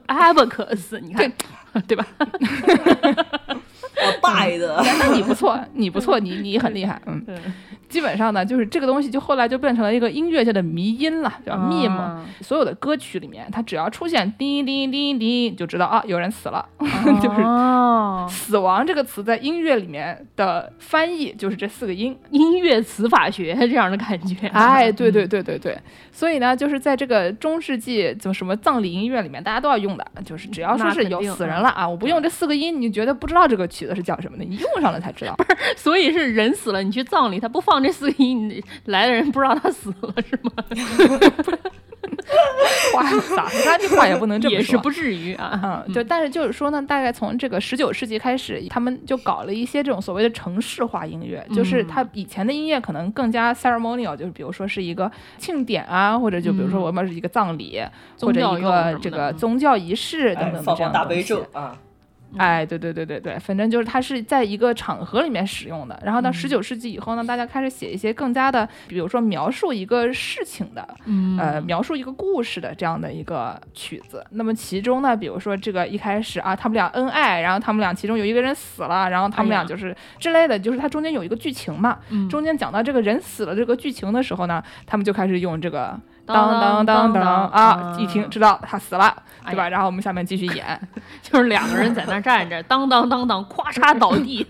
abacus 你看对吧？ 我拜的。 那你不错，你很厉害。基本上呢就是这个东西就后来就变成了一个音乐界的迷音了，叫 meme。所有的歌曲里面它只要出现滴滴滴滴就知道啊有人死了。就是死亡这个词在音乐里面的翻译就是这4个音， 音乐词法学这样的感觉。 哎对。所以呢就是在这个中世纪就什么葬礼音乐里面大家都要用的，就是只要说是有死人了啊，我不用这4个音你觉得不知道这个曲子是讲什么的，你用上了才知道。 不是，所以是人死了你去葬礼他不放这4个音，你来的人不知道他死了是吗？ 话撒出他这话也不能这么说， 也是不至于啊。 对，但是就是说呢，大概从这个19世纪开始，他们就搞了一些这种所谓的程式化音乐，就是他以前的音乐可能更加 ceremonial， 就是比如说是一个庆典啊，或者就比如说我们是一个葬礼，或者一个这个宗教仪式等等的这样的东西啊。哎，对，反正就是它是在一个场合里面使用的。然后到19世纪以后呢，大家开始写一些更加的，比如说描述一个事情的，描述一个故事的这样的一个曲子。那么其中呢，比如说这个一开始啊，他们俩恩爱，然后他们俩其中有一个人死了，然后他们俩就是之类的，就是它中间有一个剧情嘛。中间讲到这个人死了这个剧情的时候呢，他们就开始用这个。当啊！一听知道他死了，对吧？然后我们下面继续演， 就是2个人在那站着，当，咵嚓倒地。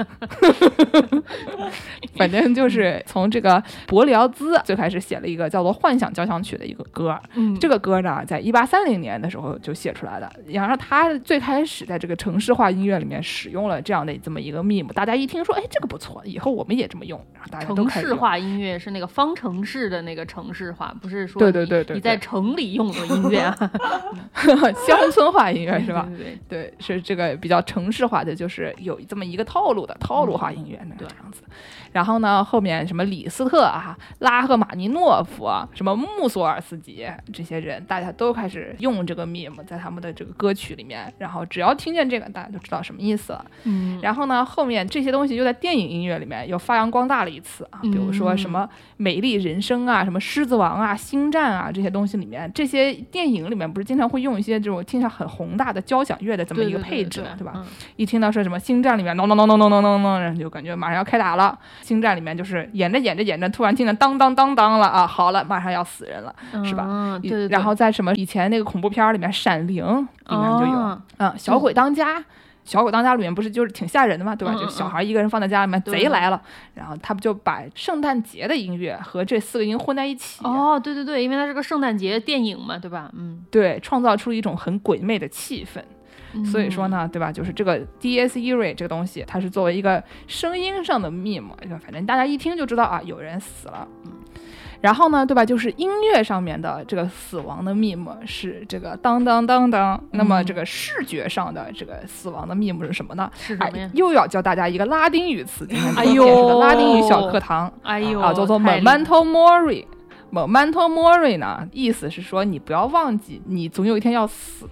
反正就是从这个伯里奥兹最开始写了一个叫做《幻想交响曲》的一个歌。这个歌呢，在1830年的时候就写出来的。然后他最开始在这个程式化音乐里面使用了这样的这么一个 meme， 大家一听说，哎，这个不错，以后我们也这么用，然后大家都开始用。 程式化音乐是那个方程式的那个程式化，不是说对， 你在城里用的音乐啊。 乡村化音乐是吧？ 对， 是这个比较程式化的，就是有这么一个套路化音乐这样子。然后呢，后面什么李斯特啊、拉赫玛尼诺夫啊、什么穆索尔斯基这些人，大家都开始用这个 meme 在他们的这个歌曲里面，然后只要听见这个，大家就知道什么意思了。然后呢，后面这些东西又在电影音乐里面又发扬光大了一次啊，比如说什么美丽人生啊、什么狮子王啊、星战啊这些东西里面，这些电影里面不是经常会用一些这种听起来很宏大的交响乐的这么一个配置，对吧？一听到说什么星战里面咚咚咚咚咚咚咚咚，然后就感觉马上要开打了。星战里面就是演着，突然听见当了啊，好了，马上要死人了，是吧？ 对。 然后在什么以前那个恐怖片里面，《闪灵》里面就有，小鬼当家。小鬼当家里面不是就是挺吓人的嘛，对吧？就小孩一个人放在家里面，贼来了，然后他们就把圣诞节的音乐和这4个音混在一起。 对，因为它是个圣诞节电影嘛，对吧？ 对，创造出一种很鬼魅的气氛。所以说呢，对吧？就是这个 Dies Irae 这个东西，它是作为一个声音上的 meme， 反正大家一听就知道啊，有人死了。然后呢，对吧？就是音乐上面的这个死亡的 meme 是这个当。那么这个视觉上的这个死亡的 meme 是什么呢？ 是什么呀？ 又要教大家一个拉丁语词，今天的拉丁语小课堂。叫做 Memento Mori。Memento Mori 呢，意思是说你不要忘记，你总有一天要死的。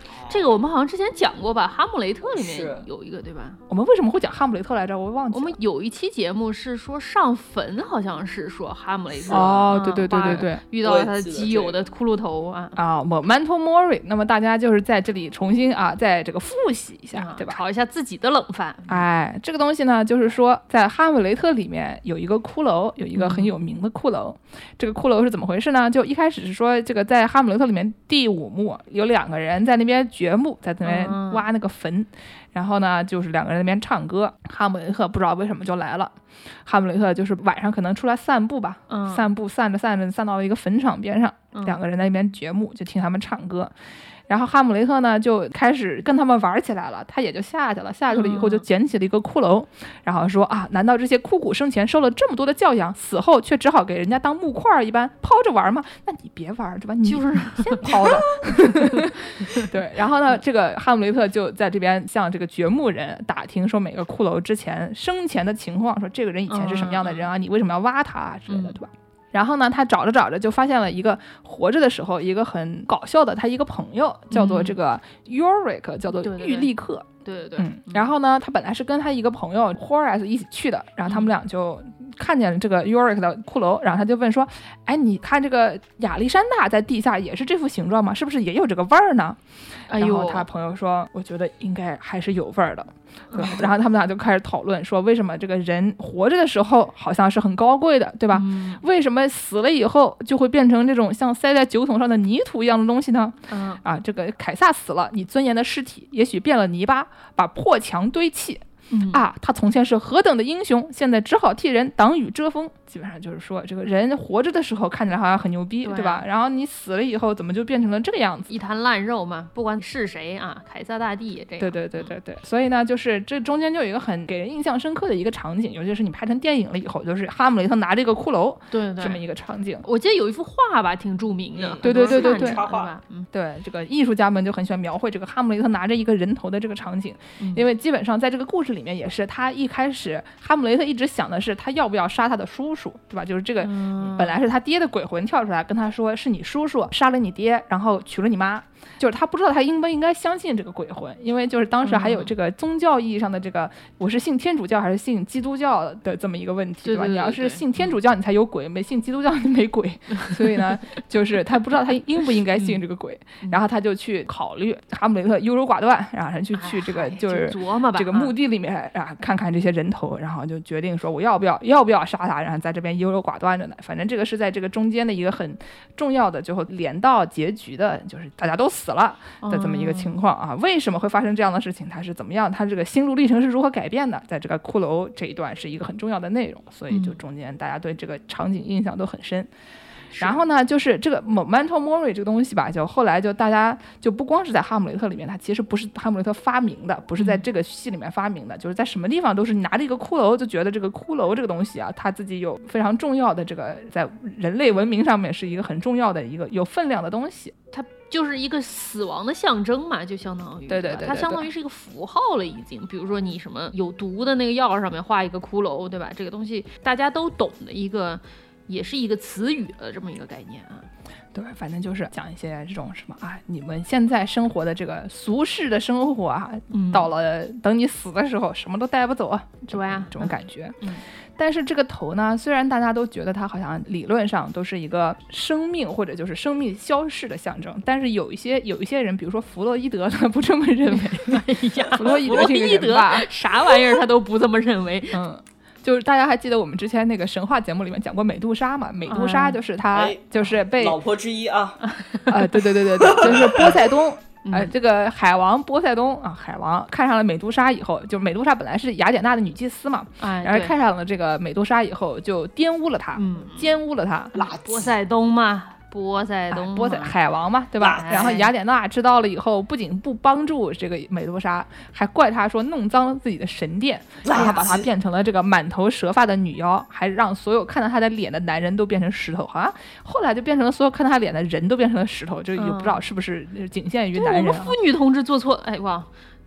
这个我们好像之前讲过吧，哈姆雷特里面有一个对吧？ 我们为什么会讲哈姆雷特来着？我忘记了。 我们有一期节目是说上坟，好像是说哈姆雷特对， 遇到了他基友的骷髅头 Memento Mori。那么大家就是在这里重新在这个复习一下，对吧？ 炒一下自己的冷饭。 这个东西呢，就是说在哈姆雷特里面有一个骷髅，有一个很有名的骷髅。这个骷髅是怎么回事呢？就一开始是说这个在哈姆雷特里面第5幕有2个人在那边掘墓，在那边挖那个坟，然后呢就是2个人在那边唱歌。哈姆雷特不知道为什么就来了。哈姆雷特就是晚上可能出来散步吧，散步散着散到了一个坟场边上，2个人在那边掘墓，就听他们唱歌。然后哈姆雷特呢就开始跟他们玩起来了，他也就下去了以后就捡起了一个骷髅，然后说难道这些枯骨生前受了这么多的教养，死后却只好给人家当木块一般抛着玩吗？那你别玩对吧，你就是先抛的对，然后呢这个哈姆雷特就在这边向这个掘墓人打听说每个骷髅之前生前的情况，说这个人以前是什么样的人啊，你为什么要挖他之类的，对吧？然后呢他找着就发现了一个活着的时候一个很搞笑的他一个朋友，叫做这个 Yorick， 叫做玉利克。 对， 然后呢他本来是跟他一个朋友 Horace 一起去的，然后他们俩就看见了这个 Yorick 的骷髅，然后他就问说，你看这个亚历山大在地下也是这副形状吗？是不是也有这个味儿呢？然后他朋友说，我觉得应该还是有味儿的。然后他们俩就开始讨论说，为什么这个人活着的时候好像是很高贵的，对吧？为什么死了以后就会变成这种像塞在酒桶上的泥土一样的东西呢？这个凯撒死了，你尊严的尸体也许变了泥巴，把破墙堆砌。他从前是何等的英雄，现在只好替人挡雨遮风。基本上就是说，这个人活着的时候看起来好像很牛逼，对吧？然后你死了以后怎么就变成了这个样子， 一滩烂肉嘛？不管是谁凯撒大帝也这样。 对。所以呢，就是这中间就有一个很给人印象深刻的一个场景，尤其是你拍成电影了以后，就是哈姆雷特拿这个骷髅， 对， 这么一个场景。 我记得有一幅画吧，挺著名的。 对， 插画。 对，这个艺术家们就很喜欢描绘这个哈姆雷特拿着一个人头的这个场景，因为基本上在这个故事里面也是他一开始哈姆雷特一直想的是他要不要杀他的叔叔，对吧？就是这个本来是他爹的鬼魂跳出来跟他说，是你叔叔杀了你爹，然后娶了你妈。就是他不知道他应不应该相信这个鬼魂，因为就是当时还有这个宗教意义上的这个我是信天主教还是信基督教的这么一个问题，对吧？你要是信天主教你才有鬼，没信基督教你没鬼。所以呢就是他不知道他应不应该信这个鬼，然后他就去考虑，哈姆雷特优柔寡断，然后他去这个就是这个墓地里面看看这些人头，然后就决定说我要不要杀他，然后在这边优柔寡断着呢。反正这个是在这个中间的一个很重要的最后连到结局的，就是大家都死了的这么一个情况为什么会发生这样的事情，他是怎么样，他这个心路历程是如何改变的，在这个骷髅这一段是一个很重要的内容，所以就中间大家对这个场景印象都很深。然后呢就是这个 Memento Mori 这个东西吧，就后来就大家就不光是在哈姆雷特里面，它其实不是哈姆雷特发明的，不是在这个戏里面发明的，就是在什么地方都是你拿着一个骷髅就觉得这个骷髅这个东西它自己有非常重要的这个在人类文明上面是一个很重要的一个有分量的东西， 它就是一个死亡的象征嘛，就相当于对， 它相当于是一个符号了已经。比如说你什么有毒的那个药上面画一个骷髅，对吧？这个东西大家都懂的一个，也是一个词语的这么一个概念对，反正就是讲一些这种什么你们现在生活的这个俗世的生活到了等你死的时候什么都带不走这种感觉。但是这个头呢，虽然大家都觉得它好像理论上都是一个生命或者就是生命消逝的象征，但是有一些人，比如说弗洛伊德他不这么认为。弗洛伊德这个人吧， 啥玩意儿他都不这么认为。 就是大家还记得我们之前那个神话节目里面讲过美杜莎嘛？美杜莎就是她就是被老婆之一对，就是波塞冬。这个海王波塞冬海王看上了美杜莎以后，就美杜莎本来是雅典娜的女祭司嘛，然后看上了这个美杜莎以后就玷污了她，奸污了她。 波塞冬嘛，波塞冬海王嘛，对吧？然后雅典娜知道了以后，不仅不帮助这个美杜莎，还怪她说弄脏了自己的神殿，然后把她变成了这个满头蛇发的女妖，还让所有看到她的脸的男人都变成石头。好像后来就变成了所有看到她脸的人都变成了石头，就也不知道是不是仅限于男人。 我们妇女同志做错，哇！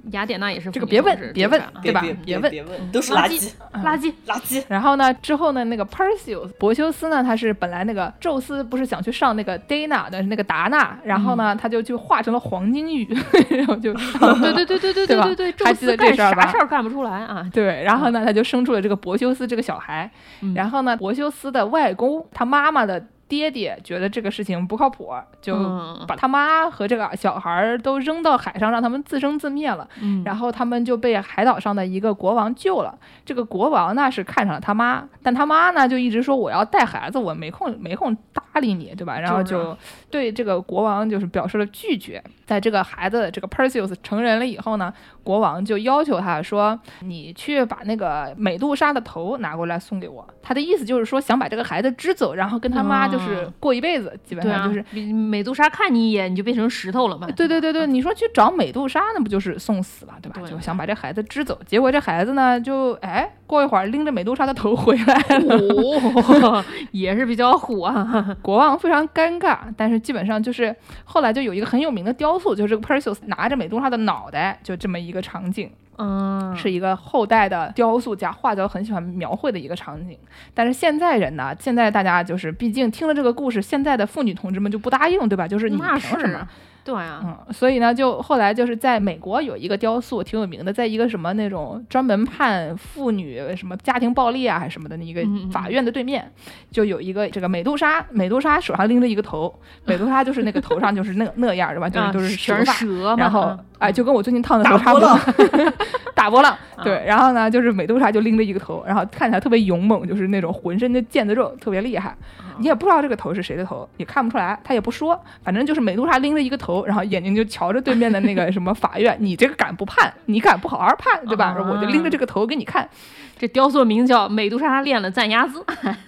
雅典娜也是这个别问对吧？ 别问，都是垃圾。 然后呢，之后呢，那个 Perseus 柏修斯呢，他是本来那个宙斯不是想去上那个 Dana 的那个达纳，然后呢，他就化成了黄金雨，然后就对， 还记得这事儿吧？ 啥事儿干不出来啊？ 对，然后呢，他就生出了这个柏修斯这个小孩，然后呢，柏修斯的外公他妈妈的爹爹觉得这个事情不靠谱，就把他妈和这个小孩都扔到海上，让他们自生自灭了。然后他们就被海岛上的一个国王救了。这个国王呢是看上了他妈，但他妈呢就一直说我要带孩子，我没空搭理你，对吧？然后就对这个国王就是表示了拒绝。在这个孩子这个 Perseus 成人了以后呢，国王就要求他说，你去把那个美杜莎的头拿过来送给我。他的意思就是说想把这个孩子支走，然后跟他妈就是过一辈子，基本上就是美杜莎看你一眼你就变成石头了嘛。 对，你说去找美杜莎那不就是送死了，对吧？就想把这孩子支走，结果这孩子呢就过一会儿拎着美杜莎的头回来了， 也是比较虎啊。 国王非常尴尬，但是基本上就是后来就有一个很有名的雕塑，就是这个 Perseus 拿着美杜莎的脑袋，就这么一个场景。是一个后代的雕塑家画家很喜欢描绘的一个场景。但是现在人呢，现在大家就是毕竟听了这个故事，现在的妇女同志们就不答应，对吧？就是你凭什么？ 对啊， 所以呢，就后来就是在美国有一个雕塑挺有名的，在一个什么那种专门判妇女什么家庭暴力啊还是什么的一个法院的对面，就有一个这个美杜莎手上拎着一个头，美杜莎就是那个头上就是那样，对吧？就是都是蛇， 然后就跟我最近烫的头差不多，大波浪，对，然后呢，就是美杜莎就拎着一个头，然后看起来特别勇猛，就是那种浑身的腱子肉特别厉害，你也不知道这个头是谁的头，也看不出来，他也不说，反正就是美杜莎拎着一个头，然后眼睛就瞧着对面的那个什么法院，你这个敢不判？你敢不好好判，对吧？我就拎着这个头给你看。 这雕塑名叫美杜莎练了赞鸭子。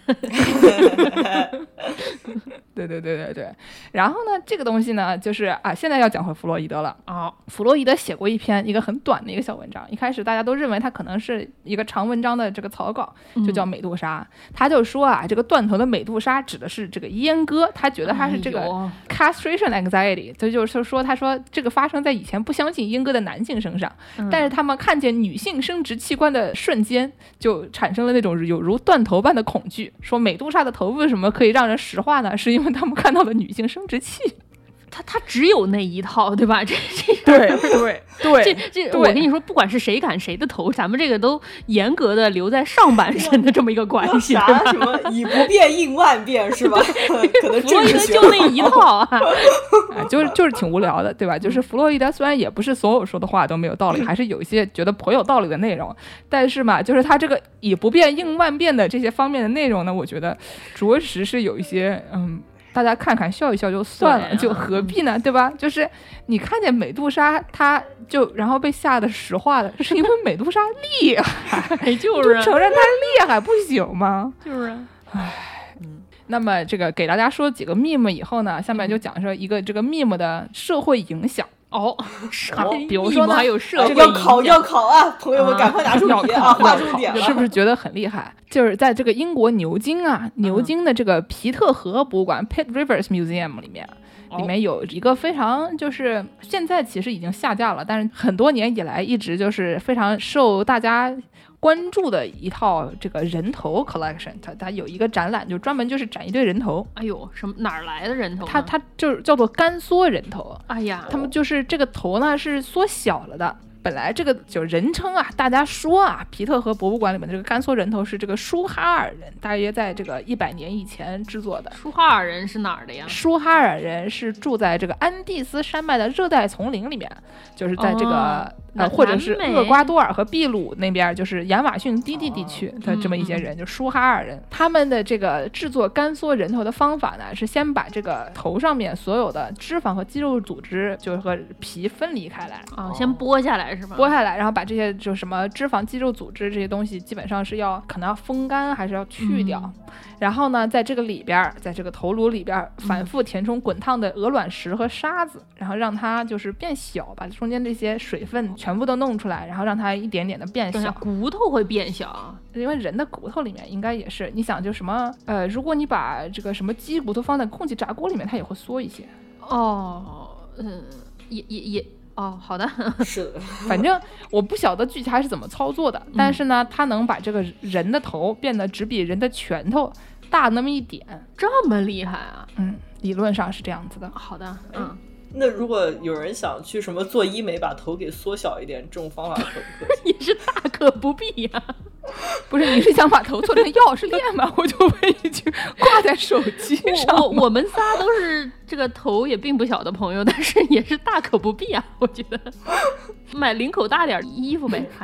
对。然后呢，这个东西呢，就是现在要讲回弗洛伊德了。弗洛伊德写过一个很短的一个小文章，一开始大家都认为他可能是一个长文章的这个草稿，就叫美杜莎。他就说这个断头的美杜莎指的是这个阉割，他觉得他是这个 castration anxiety，就是说他说这个发生在以前不相信阉割的男性身上，但是他们看见女性生殖器官的瞬间，就产生了那种有如断头般的恐惧，说美杜莎的头为什么可以让人石化呢？是因为他们看到了女性生殖器。 他只有那一套，对吧？ 对， 我跟你说，不管是谁砍谁的头，咱们这个都严格的留在上半身的这么一个关系， 啥什么以不变应万变是吧？可能弗洛伊德就那一套啊， 就是挺无聊的，对吧？就是弗洛伊德虽然也不是所有说的话都没有道理，还是有一些觉得颇有道理的内容，但是嘛，就是他这个以不变应万变的这些方面的内容呢，我觉得着实是有一些大家看看笑一笑就算了，就何必呢，对吧？就是你看见美杜莎，她就然后被吓得石化了，是因为美杜莎厉害， 就是承认她厉害不行吗？ 就是那么这个给大家说几个 meme 以后呢，下面就讲说一个这个 meme 的社会影响。 比如说呢，还有社会要考啊！朋友们赶快拿出笔画重点了， 是不是觉得很厉害？就是在这个英国牛津的这个皮特河博物馆 Pitt Rivers Museum 里面有一个非常就是现在其实已经下架了，但是很多年以来一直就是非常受大家关注的一套这个人头 collection， 它有一个展览，就专门就是展一堆人头。 哎呦，什么哪儿来的人头？ 它就是叫做干缩人头。 哎呀， 他们就是这个头呢是缩小了的。本来这个就人称大家说皮特河博物馆里面的这个干缩人头是这个舒哈尔人，大约在这个100年以前制作的。 舒哈尔人是哪儿的呀？ 舒哈尔人是住在这个安第斯山脉的热带丛林里面，就是在这个或者是厄瓜多尔和秘鲁那边，就是亚马逊低地地区的这么一些人，就舒哈尔人。他们的这个制作干缩人头的方法呢，是先把这个头上面所有的脂肪和肌肉组织，就是和皮分离开来先剥下来是吧？ 剥下来，然后把这些就什么脂肪、肌肉组织这些东西，基本上是可能要风干，还是要去掉。然后呢，在这个里边，在这个头颅里边反复填充滚烫的鹅卵石和沙子，然后让它就是变小，把中间这些水分全部都弄出来，然后让它一点点的变小。 骨头会变小， 因为人的骨头里面应该也是，你想就什么如果你把这个什么鸡骨头放在空气炸锅里面，它也会缩一些。 哦，好的。 是的， 反正我不晓得具体它是怎么操作的，但是呢，它能把这个人的头变得只比人的拳头大那么一点。 这么厉害啊？ 理论上是这样子的。 好的， 那如果有人想去什么做医美，把头给缩小一点，这种方法可不可也是大可不必呀。 不是，你是想把头做成钥匙链吗？我就问一句，挂在手机上。 我们仨都是这个头也并不小的朋友，但是也是大可不必啊。我觉得买领口大点衣服呗。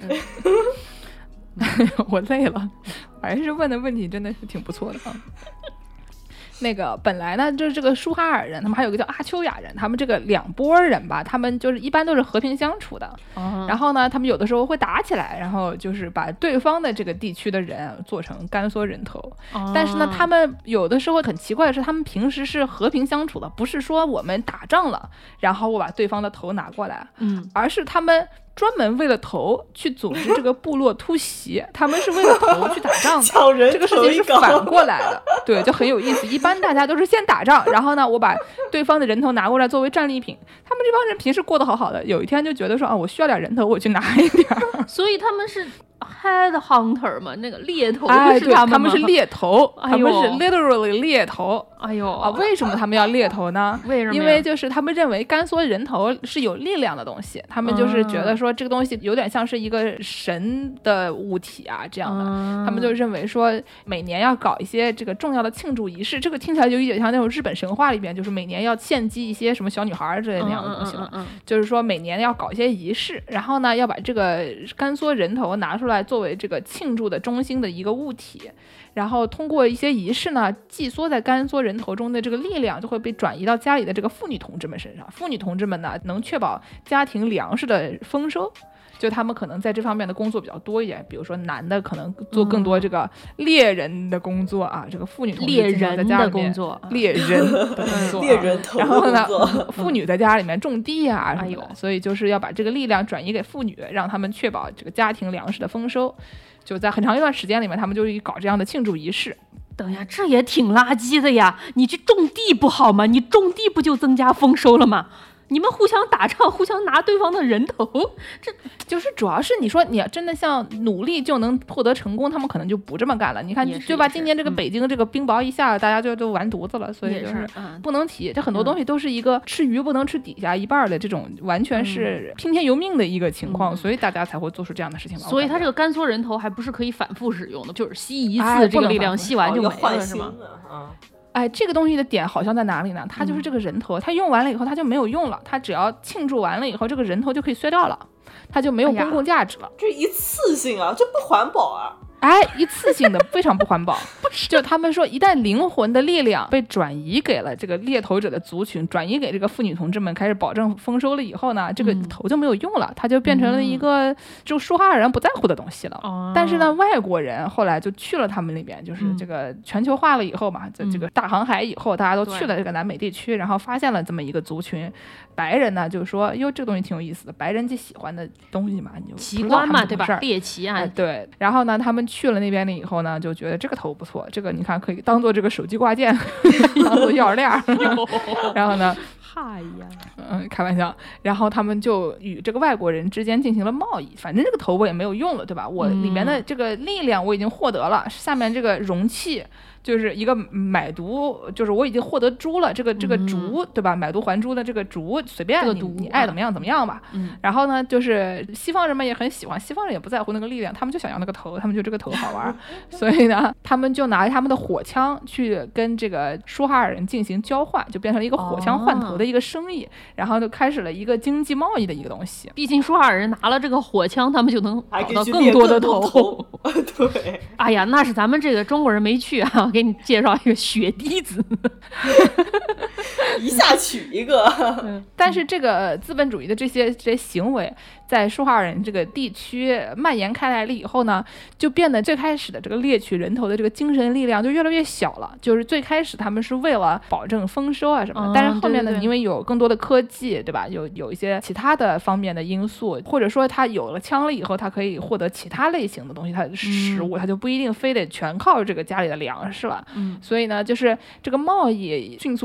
我累了，还是问的问题真的是挺不错的啊。那个本来呢，就是这个舒哈尔人，他们还有个叫阿丘亚人，他们这个两拨人吧，他们就是一般都是和平相处的。然后呢，他们有的时候会打起来，然后就是把对方的这个地区的人做成干缩人头。但是呢，他们有的时候很奇怪的是，他们平时是和平相处的，不是说我们打仗了，然后我把对方的头拿过来，而是他们专门为了头去组织这个部落突袭，他们是为了头去打仗的。 抢人头， 这个事情是反过来的，对，就很有意思。一般大家都是先打仗，然后呢，我把对方的人头拿过来作为战利品。他们这帮人平时过得好好的，有一天就觉得说啊，我需要点人头，我去拿一点。 所以他们是 head hunter 嘛，那个猎头是他们是猎头，他们是 literally 猎头。 哎呦啊，为什么他们要猎头呢？ 为什么？ 因为就是他们认为干缩人头是有力量的东西，他们就是觉得说这个东西有点像是一个神的物体啊这样的，他们就认为说每年要搞一些这个重要的庆祝仪式，这个听起来就有点像那种日本神话里边，就是每年要献祭一些什么小女孩之类的那样的东西了，就是说每年要搞一些仪式，然后呢要把这个干缩人头拿出来作为这个庆祝的中心的一个物体。然后通过一些仪式呢，寄缩在干缩人头中的这个力量就会被转移到家里的这个妇女同志们身上。妇女同志们呢，能确保家庭粮食的丰收。就他们可能在这方面的工作比较多一点，比如说男的可能做更多这个猎人的工作啊，这个妇女同志猎人在家里面的工作， 猎人的工作， 猎人头的然后呢工作， 妇女在家里面种地啊什么的，所以就是要把这个力量转移给妇女，让他们确保这个家庭粮食的丰收。就在很长一段时间里面，他们就搞这样的庆祝仪式。 等呀，这也挺垃圾的呀！你去种地不好吗？你种地不就增加丰收了吗？你们互相打仗，互相拿对方的人头，这就是主要是你说你真的像努力就能获得成功，他们可能就不这么干了。你看，对吧？今年这个北京这个冰雹一下，大家就都完犊子了，所以就是不能提。这很多东西都是一个吃鱼不能吃底下一半的这种，完全是听天由命的一个情况，所以大家才会做出这样的事情来。 所以它这个干缩人头还不是可以反复使用的，就是吸一次这个力量，吸完就没了，是吗？ 哎，这个东西的点好像在哪里呢？它就是这个人头，它用完了以后它就没有用了，它只要庆祝完了以后，这个人头就可以碎掉了，它就没有公共价值了。 这一次性啊，这不环保啊！ 哎，一次性的非常不环保。就他们说，一旦灵魂的力量被转移给了这个猎头者的族群，转移给这个妇女同志们，开始保证丰收了以后呢，这个头就没有用了，它就变成了一个就舒哈尔人不在乎的东西了。但是呢，外国人后来就去了他们那边，就是这个全球化了以后嘛，在这个大航海以后，大家都去了这个南美地区，然后发现了这么一个族群。白人呢就说，哟，这个东西挺有意思的，白人既喜欢的东西嘛，你就奇观嘛，对吧？猎奇啊， 对。然后呢，他们去了那边了以后呢，就觉得这个头不错，这个你看可以当做这个手机挂件，当做钥匙链。然后呢， 嗨呀， 开玩笑。然后他们就与这个外国人之间进行了贸易，反正这个头我也没有用了，对吧？我里面的这个力量我已经获得了，下面这个容器。就是一个买椟，就是我已经获得珠了，这个竹，对吧？买椟还珠的这个竹，随便你爱怎么样怎么样吧。然后呢，就是西方人们也很喜欢，西方人也不在乎那个力量，他们就想要那个头，他们就这个头好玩，所以呢，他们就拿他们的火枪去跟这个舒哈尔人进行交换，就变成了一个火枪换头的一个生意，然后就开始了一个经济贸易的一个东西。 毕竟舒哈尔人拿了这个火枪，他们就能找到更多的头。 对， 哎呀，那是咱们这个中国人没去啊。给你介绍一个血滴子， 一下取一个。 但是这个资本主义的这些行为，在舒哈尔人这个地区蔓延开来了以后呢，就变得最开始的这个猎取人头的这个精神力量就越来越小了。就是最开始他们是为了保证丰收啊什么的，但是后面呢，因为有更多的科技，对吧？有一些其他的方面的因素，或者说他有了枪了以后，他可以获得其他类型的东西，他的食物，他就不一定非得全靠这个家里的粮食了。所以呢，就是这个贸易迅速增长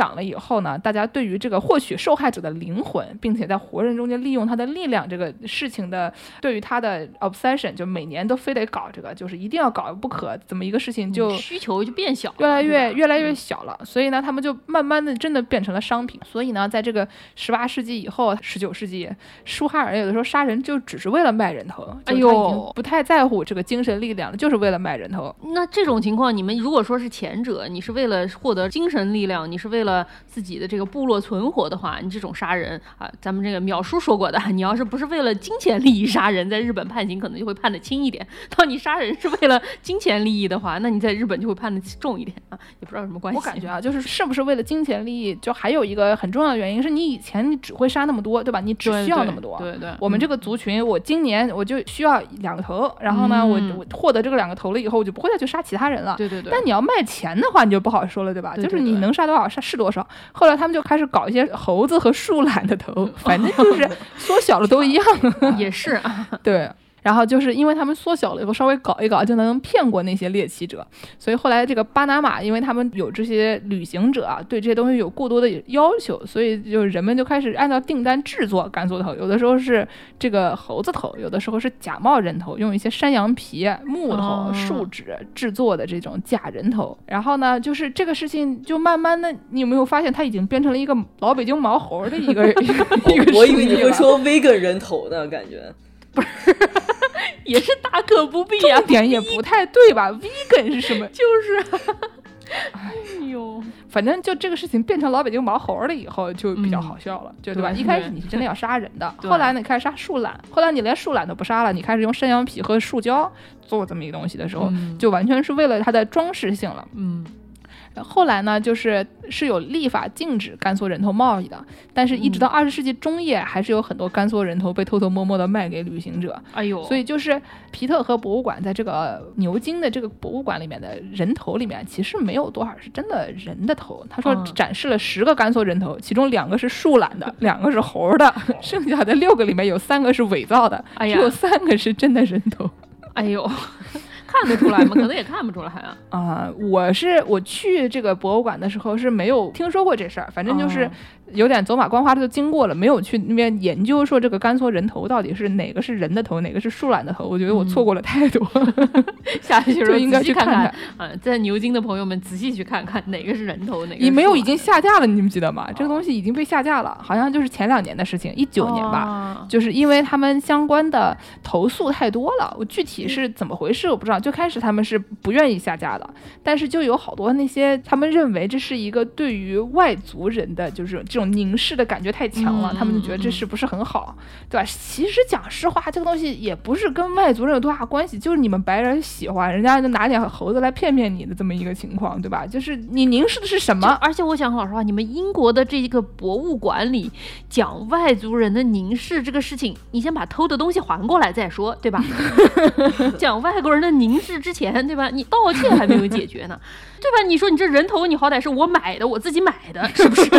响了以后呢，大家对于这个获取受害者的灵魂，并且在活人中间利用他的力量这个事情的，对于他的 obsession， 就每年都非得搞这个，就是一定要搞不可，这么一个事情就需求就变小了， 越来越小了。所以呢，他们就慢慢的真的变成了商品。所以呢，在这个18世纪以后，19世纪，舒哈尔有的时候杀人就只是为了卖人头，哎呦，不太在乎这个精神力量了，就是为了卖人头。 那这种情况，你们如果说是前者，你是为了获得精神力量，你是为了自己的这个部落存活的话，你这种杀人啊，咱们这个淼叔说过的，你要是不是为了金钱利益杀人，在日本判刑可能就会判得轻一点；当你杀人是为了金钱利益的话，那你在日本就会判得重一点啊，也不知道什么关系。 我感觉啊，就是是不是为了金钱利益，就还有一个很重要的原因是你以前你只会杀那么多，对吧？你只需要那么多。 对， 我们这个族群，我今年我就需要2个头，然后呢，我获得这个2个头了以后，我就不会再去杀其他人了。 对。 但你要卖钱的话，你就不好说了，对吧？就是你能杀多少是多少。后来他们就开始搞一些猴子和树懒的头，反正就是缩小了都一样。 也是啊， 对。然后就是因为他们缩小了以后，稍微搞一搞就能骗过那些猎奇者，所以后来这个巴拿马，因为他们有这些旅行者啊，对这些东西有过多的要求，所以就人们就开始按照订单制作甘肃头，有的时候是这个猴子头，有的时候是假冒人头，用一些山羊皮、木头、树脂制作的这种假人头。然后呢，就是这个事情就慢慢的，你有没有发现它已经变成了一个老北京毛猴的一个我以为你会说 vegan 人头呢，感觉不是。也是大可不必啊， 重点也不太对吧？vegan 是什么？ 就是哎呦， 反正就这个事情变成老北京毛猴了以后，就比较好笑了，对吧？一开始你是真的要杀人的，后来你开始杀树懒，后来你连树懒都不杀了，你开始用山羊皮和树胶做这么一个东西的时候，就完全是为了它的装饰性了。后来呢，是有立法禁止甘肃人头贸易的，但是一直到20世纪中叶，还是有很多甘肃人头被偷偷摸摸的卖给旅行者。 哎呦， 所以就是皮特河博物馆在这个牛津的这个博物馆里面的人头里面，其实没有多少是真的人的头。他说展示了10个甘肃人头，其中2个是树懒的，2个是猴的，剩下的6个里面有3个是伪造的，只有3个是真的人头。 哎呦。看得出来吗？可能也看不出来啊。我去这个博物馆的时候是没有听说过这事儿，反正就是有点走马观花的就经过了，没有去那边研究说这个甘肃人头到底是哪个是人的头，哪个是树懒的头。我觉得我错过了太多， 下去就应该去看看啊！在牛津的朋友们仔细去看看哪个是人头，哪个是你没有已经下架了，你们记得吗？这个东西已经被下架了，好像就是前2年的事情，19年吧，就是因为他们相关的投诉太多了，我具体是怎么回事我不知道。最开始他们是不愿意下架的，但是就有好多那些他们认为这是一个对于外族人的就是这种凝视的感觉太强了，他们就觉得这是不是很好，对吧？其实讲实话，这个东西也不是跟外族人有多大关系，就是你们白人喜欢，人家就拿点猴子来骗你的这么一个情况，对吧？就是你凝视的是什么？ 而且我想老实话，你们英国的这个博物馆里讲外族人的凝视这个事情，你先把偷的东西还过来再说，对吧？讲外国人的凝视之前，对吧？你盗窃还没有解决呢，对吧？你说你这人头，你好歹是我买的，我自己买的，是不是？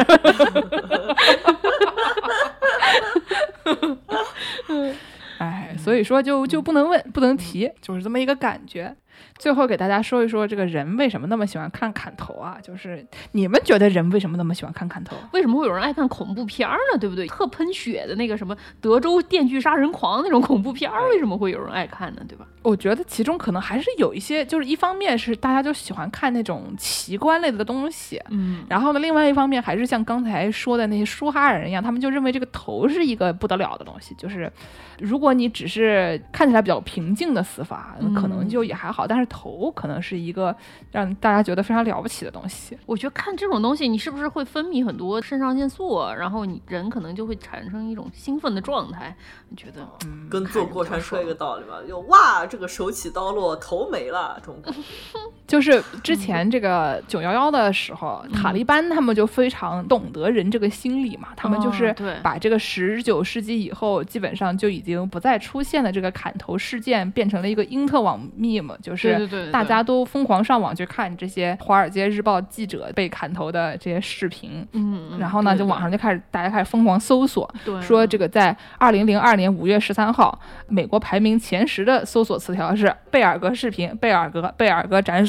哎，所以说就不能问，不能提，就是这么一个感觉。最后给大家说一说这个人为什么那么喜欢看砍头啊？就是你们觉得人为什么那么喜欢看砍头？ 为什么会有人爱看恐怖片呢？对不对？特喷血的那个什么德州电锯杀人狂那种恐怖片，为什么会有人爱看呢？对吧？ 我觉得其中可能还是有一些，就是一方面是大家就喜欢看那种奇观类的东西，然后呢，另外一方面还是像刚才说的那些舒哈人一样，他们就认为这个头是一个不得了的东西，就是如果你只是看起来比较平静的死法，可能就也还好，但是头可能是一个让大家觉得非常了不起的东西。 我觉得看这种东西，你是不是会分泌很多肾上腺素，然后你人可能就会产生一种兴奋的状态？你觉得？ 跟坐过山车一个道理吧，就哇，这个手起刀落，头没了，这种感觉。 就是之前这个911的时候，塔利班他们就非常懂得人这个心理嘛，他们就是把这个19世纪以后基本上就已经不再出现的这个砍头事件变成了一个因特网meme，就是大家都疯狂上网去看这些华尔街日报记者被砍头的这些视频，然后呢，就网上就大家开始疯狂搜索，说这个在2002年5月13号，美国排名前10的搜索词条是贝尔格视频，贝尔格斩首。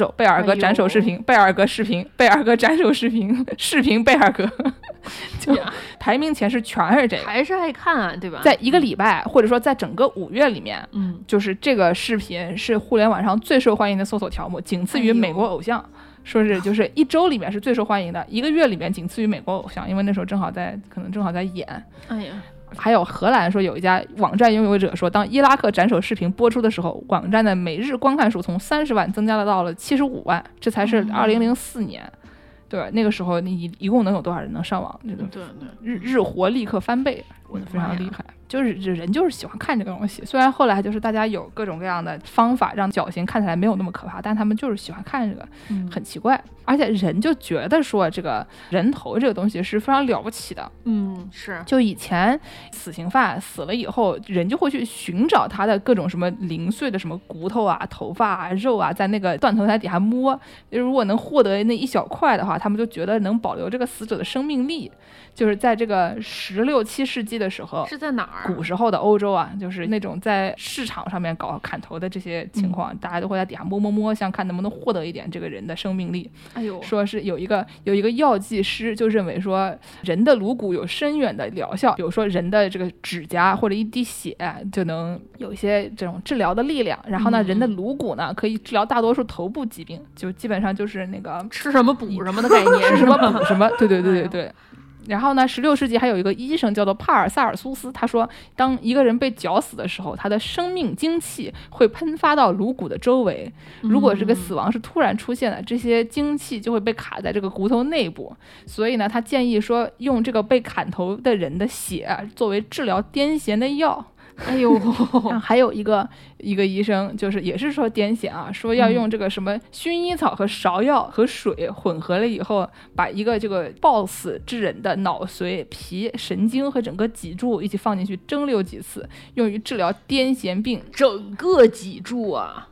手，贝尔格斩首视频，贝尔格视频，贝尔格斩首视频，视频贝尔格，就排名前是全是这个， 还是爱看啊，对吧？ 在一个礼拜或者说在整个5月里面，就是这个视频是互联网上最受欢迎的搜索条目，仅次于美国偶像。说是就是1周里面是最受欢迎的，1个月里面仅次于美国偶像，因为那时候可能正好在演。 哎呀， 还有荷兰说有一家网站拥有者说，当伊拉克斩首视频播出的时候，网站的每日观看数从30万增加了到了75万，这才是2004年。对，那个时候你一共能有多少人能上网？ 对， 日活立刻翻倍，非常厉害。就是人就是喜欢看这个东西，虽然后来就是大家有各种各样的方法让绞刑看起来没有那么可怕，但他们就是喜欢看这个，很奇怪。而且人就觉得说这个人头这个东西是非常了不起的， 是。 就以前死刑犯死了以后，人就会去寻找他的各种什么零碎的什么骨头啊、头发啊、肉啊，在那个断头台底下摸，如果能获得那一小块的话，他们就觉得能保留这个死者的生命力。就是在这个16、17世纪的时候， 是在哪儿？ 古时候的欧洲啊，就是那种在市场上面搞砍头的这些情况，大家都会在底下摸，想看能不能获得一点这个人的生命力。 哎呦， 说是有一个药剂师就认为说，人的颅骨有深远的疗效，比如说人的这个指甲或者一滴血就能有一些这种治疗的力量。然后呢，人的颅骨呢可以治疗大多数头部疾病，就基本上就是那个吃什么补什么的概念， 吃什么补什么，对。然后呢，16世纪还有一个医生叫做帕尔萨尔苏斯，他说，当一个人被绞死的时候，他的生命精气会喷发到颅骨的周围。如果这个死亡是突然出现的，这些精气就会被卡在这个骨头内部。所以呢，他建议说，用这个被砍头的人的血作为治疗癫痫的药。 哎呦， 还有一个医生，就是也是说癫痫啊，说要用这个什么薰衣草和芍药和水混合了以后，把一个这个暴死之人的脑髓、皮、神经和整个脊柱一起放进去蒸馏几次，用于治疗癫痫病。 整个脊柱啊？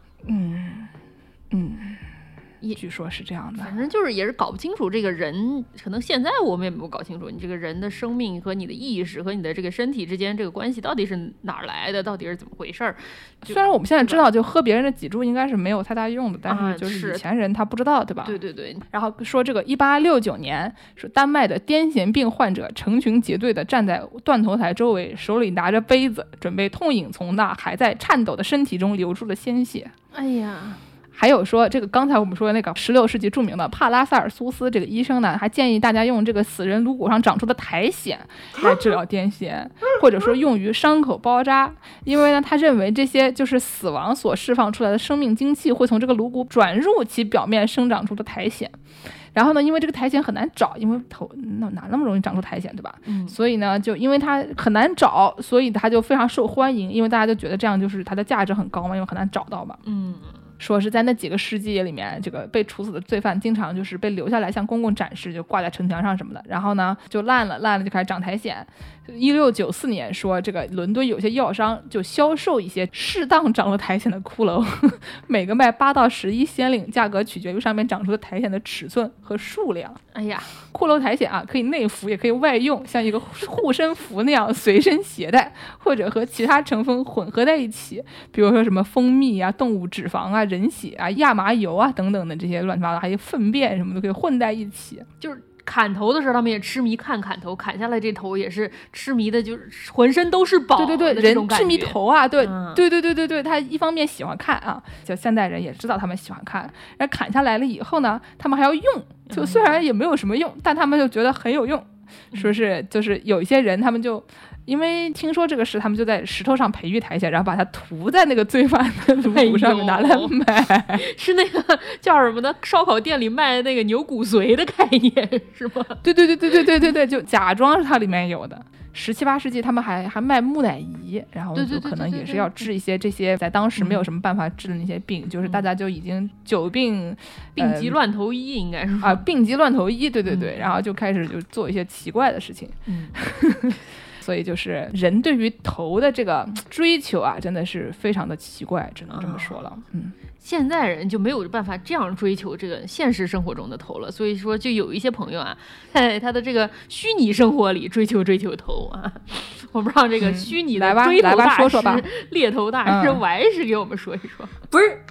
据说是这样的， 反正就是也是搞不清楚这个人，可能现在我们也没有搞清楚你这个人的生命和你的意识和你的这个身体之间这个关系到底是哪儿来的，到底是怎么回事儿。 虽然我们现在知道，就喝别人的脊柱应该是没有太大用的，但是就是以前人他不知道，对吧？ 对。 然后说这个1869年，说丹麦的癫痫病患者成群结队的站在断头台周围，手里拿着杯子，准备痛饮从那还在颤抖的身体中流出的鲜血。 哎呀。 还有说，这个刚才我们说的那个16世纪著名的帕拉萨尔苏斯这个医生呢，还建议大家用这个死人颅骨上长出的苔藓来治疗癫痫，或者说用于伤口包扎，因为呢，他认为这些就是死亡所释放出来的生命精气会从这个颅骨转入其表面生长出的苔藓。然后呢，因为这个苔藓很难找，因为头哪那么容易长出苔藓，对吧？所以呢，就因为它很难找，所以它就非常受欢迎，因为大家就觉得这样就是它的价值很高嘛，因为很难找到嘛。说是在那几个世纪里面，这个被处死的罪犯经常就是被留下来向公共展示，就挂在城墙上什么的。然后呢，就烂了就开始长苔藓。1694年说，这个伦敦有些药商就销售一些适当长了苔藓的骷髅，每个卖8到11先令，价格取决于上面长出的苔藓的尺寸和数量。 哎呀， 骷髅苔藓啊，可以内服也可以外用，像一个护身符那样随身携带，或者和其他成分混合在一起，比如说什么蜂蜜啊、动物脂肪啊、人血啊、亚麻油啊等等的这些乱七八糟，还有粪便什么都可以混在一起。 就是砍头的时候，他们也痴迷看砍头，砍下来这头也是痴迷的，就是浑身都是宝。 对，人痴迷头啊，对，他一方面喜欢看啊，就现代人也知道他们喜欢看，然后砍下来了以后呢，他们还要用，就虽然也没有什么用，但他们就觉得很有用。说是就是有一些人他们就因为听说这个事，他们就在石头上培育苔藓，然后把它涂在那个罪犯的颅骨上面拿来卖。是那个叫什么的烧烤店里卖那个牛骨髓的概念是吗？ 对，就假装是它里面有的。17、18世纪他们还卖木乃伊，然后就可能也是要治一些这些在当时没有什么办法治的那些病，就是大家就已经久病急乱投医，应该是病急乱投医，对，然后就开始就做一些奇怪的事情。所以就是人对于头的这个追求啊，真的是非常的奇怪，只能这么说了。 现在人就没有办法这样追求这个现实生活中的头了，所以说就有一些朋友啊，在他的这个虚拟生活里追求头啊。我不知道这个虚拟的追头大师、猎头大师，我还是给我们说一说。 不是，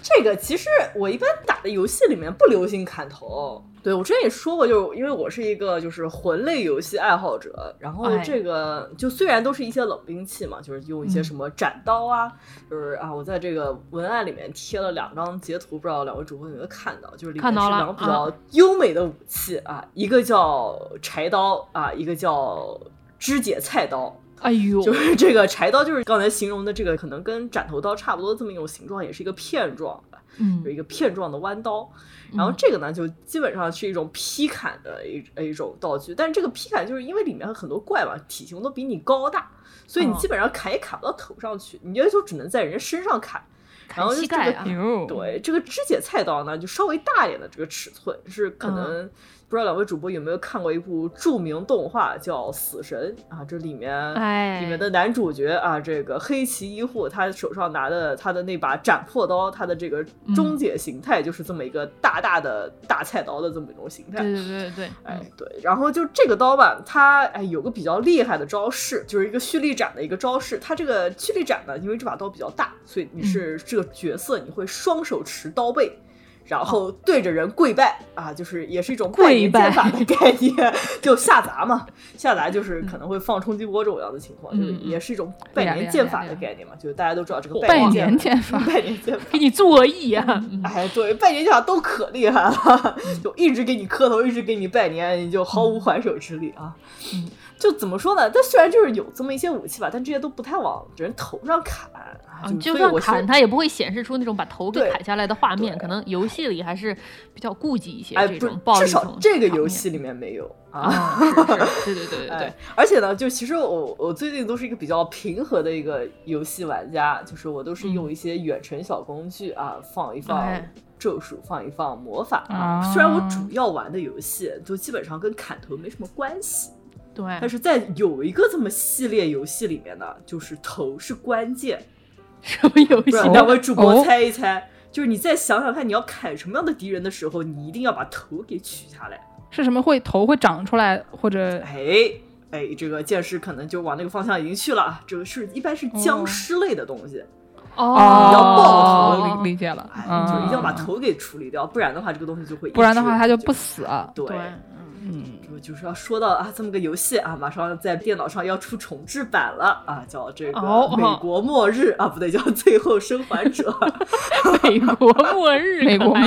这个其实我一般打的游戏里面不流行砍头。对，我之前也说过，就因为我是一个就是魂类游戏爱好者，然后这个就虽然都是一些冷兵器嘛，就是用一些什么斩刀啊，就是啊，我在这个文案里面贴了2张截图，不知道2位主播有没有看到，就是里面是2个比较优美的武器啊，一个叫柴刀啊，一个叫肢解菜刀。 哎呦， 就是这个柴刀，就是刚才形容的这个，可能跟斩头刀差不多这么一种形状，也是一个片状的，有一个片状的弯刀。然后这个呢，就基本上是一种劈砍的一种道具，但是这个劈砍就是因为里面很多怪嘛，体型都比你高大，所以你基本上砍也砍不到头上去，你就只能在人家身上砍。然后膝盖啊， 对，这个肢解菜刀呢，就稍微大一点的这个尺寸，是可能不知道2位主播有没有看过一部著名动画叫《死神》啊？这里面的男主角啊，这个黑崎一护，他手上拿的他的那把斩破刀，他的这个终结形态就是这么一个大大的大菜刀的这么一种形态。 对， 对。然后就这个刀吧，它有个比较厉害的招式，就是一个蓄力斩的一个招式。它这个蓄力斩呢，因为这把刀比较大，所以你是这个角色，你会双手持刀背。然后对着人跪拜啊，就是也是一种拜年剑法的概念，就下砸嘛，下砸就是可能会放冲击波这种样的情况，就是也是一种拜年剑法的概念嘛，就是大家都知道这个拜年剑法， 给你作揖啊， 哎，对，拜年剑法都可厉害了，就一直给你磕头，一直给你拜年，你就毫无还手之力啊。就怎么说呢？但虽然就是有这么一些武器吧，但这些都不太往人头上砍。 就算砍，它也不会显示出那种把头给砍下来的画面。可能游戏里还是比较顾忌一些这种暴力。 至少这个游戏里面没有啊。 对。 而且呢，就其实我最近都是一个比较平和的一个游戏玩家，就是我都是用一些远程小工具啊，放一放咒术，放一放魔法。虽然我主要玩的游戏都基本上跟砍头没什么关系。 对， 但是在有一个这么系列游戏里面呢，就是头是关键。 什么游戏 ？2位主播猜一猜，就是你再想想看，你要砍什么样的敌人的时候，你一定要把头给取下来。 是什么头会长出来，或者这个剑士可能就往那个方向已经去了。这个一般是僵尸类的东西。你要爆头， 理解了。 就一定要把头给处理掉，不然的话这个东西就会， 不然的话它就不死。 对。就是要说到啊，这么个游戏啊，马上在电脑上要出重制版了啊，叫这个美国末日啊，不对，叫最后生还者。 美国末日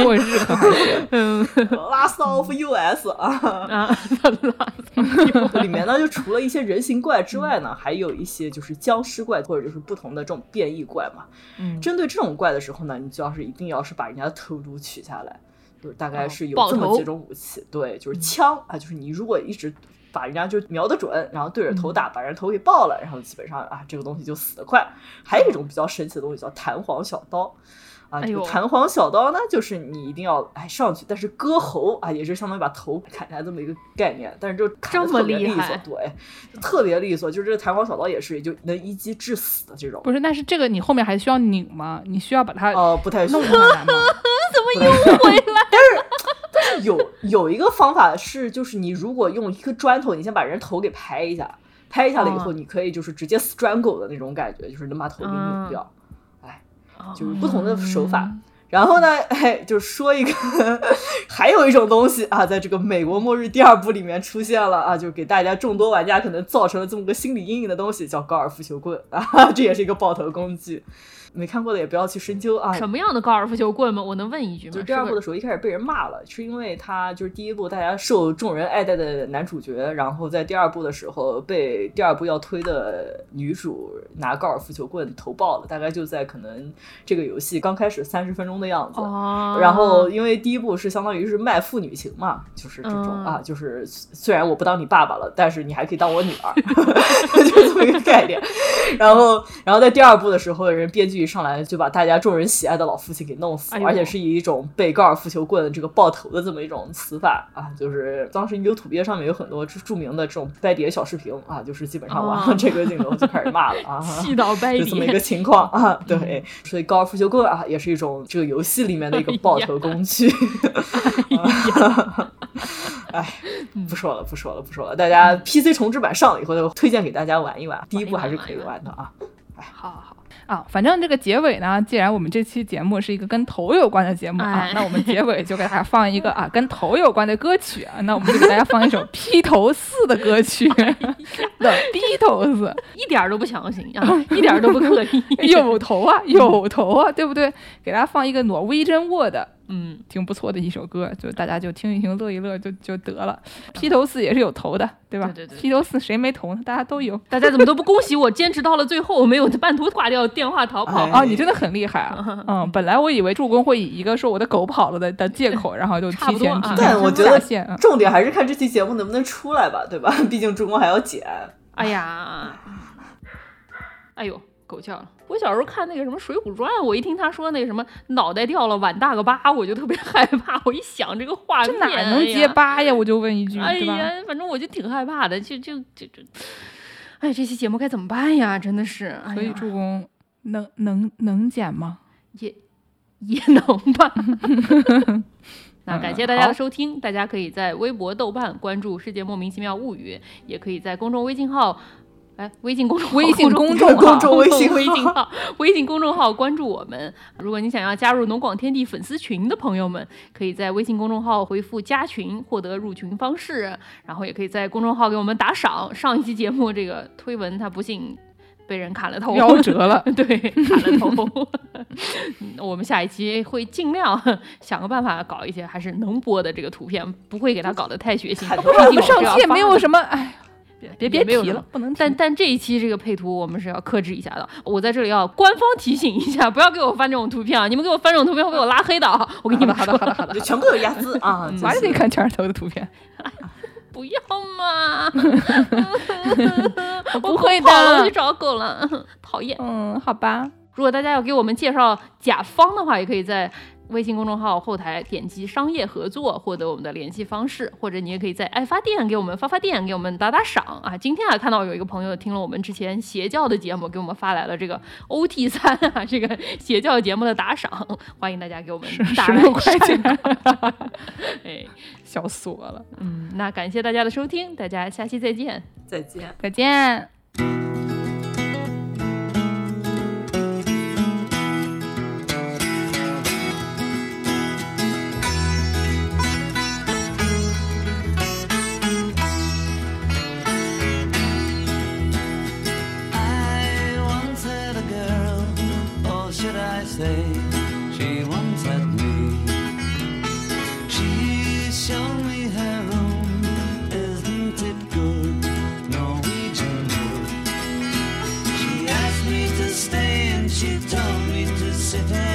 ，Last of US 里面呢，就除了一些人形怪之外呢，还有一些就是僵尸怪或者就是不同的这种变异怪嘛。针对这种怪的时候呢，你就一定要是把人家的头颅取下来。就是大概是有这么几种武器，对，就是枪啊，就是你如果一直把人家就瞄得准，然后对着头打，把人头给爆了，然后基本上这个东西就死得快。还有一种比较神奇的东西叫弹簧小刀啊，这个弹簧小刀呢，就是你一定要上去，但是割喉啊，也是相当于把头砍下来这么一个概念，但是就砍得特别利索，对，特别利索，就是这个弹簧小刀也是就能一击致死的这种。 不是，但是这个你后面还需要拧吗？你需要把它不太需要弄回来吗？ 怎么又回来？ 但是有一个方法是，就是你如果用一个砖头，你先把人头给拍一下了以后，你可以就是直接 strangle 的那种感觉，就是能把头给拧掉。就是不同的手法。然后呢，就是说一个，还有一种东西啊，在这个美国末日第2部里面出现了啊，就给大家众多玩家可能造成了这么个心理阴影的东西，叫高尔夫球棍啊，这也是一个爆头工具。没看过的也不要去深究啊。 什么样的高尔夫球棍吗？我能问一句吗？ 就第2部的时候一开始被人骂了，是因为他就是第1部大家受众人爱戴的男主角，然后在第2部的时候被第2部要推的女主拿高尔夫球棍投爆了，大概就在可能这个游戏刚开始30分钟的样子。然后因为第1部是相当于是卖父女情嘛，就是这种啊，就是虽然我不当你爸爸了，但是你还可以当我女儿，就是这么一个概念。然后在第2部的时候，人编剧一上来就把大家众人喜爱的老父亲给弄死，而且是以一种被高尔夫球棍这个爆头的这么一种死法啊，就是当时YouTube上面有很多著名的这种掰碟小视频啊，就是基本上玩了这个镜头就开始骂了啊， 气到掰碟， 就这么一个情况啊。对，所以高尔夫球棍啊也是一种这个游戏里面的一个爆头工具。不说了，大家 PC 重置版上了以后就推荐给大家玩一玩，第1部还是可以玩的啊。 好。 啊，反正这个结尾呢，既然我们这期节目是一个跟头有关的节目啊，那我们结尾就给大家放一个啊跟头有关的歌曲啊，那我们就给大家放一首披头四的歌曲的Beatles， 一点都不强行啊，一点都不刻意， 有头啊，有头啊，对不对？给大家放一个挪威真沃的。挺不错的一首歌，就大家就听一听，乐一乐就得了。披头四也是有头的，对吧？ 对。 披头四谁没头呢？大家都有。 大家怎么都不恭喜我，坚持到了最后，没有半途挂掉电话逃跑啊！你真的很厉害啊！本来我以为助攻会以一个说我的狗跑了的借口，然后就提前但我觉得重点还是看这期节目能不能出来吧，对吧？毕竟助攻还要剪。 哎呦，狗叫了。我小时候看那个什么《水浒传》，我一听他说那个什么脑袋掉了碗大个疤，我就特别害怕。我一想这个画面， 这哪能结疤呀？我就问一句， 哎呀，反正我就挺害怕的，哎，这期节目该怎么办呀？真的是。 所以助攻能剪吗？ 也能吧。那感谢大家的收听，大家可以在微博、豆瓣关注《世界莫名其妙物语》，也可以在公众微信号。微信公众号关注我们。如果你想要加入农广天地粉丝群的朋友们，可以在微信公众号回复加群获得入群方式，然后也可以在公众号给我们打赏。上一期节目这个推文他不幸被人砍了头， 夭折了对，砍了头我们下一期会尽量想个办法搞一些还是能播的这个图片，不会给他搞得太血腥。 不上期也没有什么别提了，不能提。 但这一期这个配图我们是要克制一下的。我在这里要官方提醒一下，不要给我翻这种图片啊！你们给我翻这种图片会被我拉黑的啊！我跟你们说， 好的， 就全部有压字啊！ 哪里看全是头的图片？ 不要嘛！ 我不会的， 我去找狗了，讨厌。 好吧。 如果大家要给我们介绍甲方的话，也可以在微信公众号后台点击商业合作获得我们的联系方式，或者你也可以在爱发电给我们发电，给我们打赏啊！今天还看到有一个朋友听了我们之前邪教的节目，给我们发来了这个 OT3 啊，这个邪教节目的打赏，欢迎大家给我们打 16块钱， 哎， 笑死我了。 那感谢大家的收听，大家下期再见， 再见。 She once had me. She showed me her room. Isn't it good? Norwegian wood. She asked me to stay and she told me to sit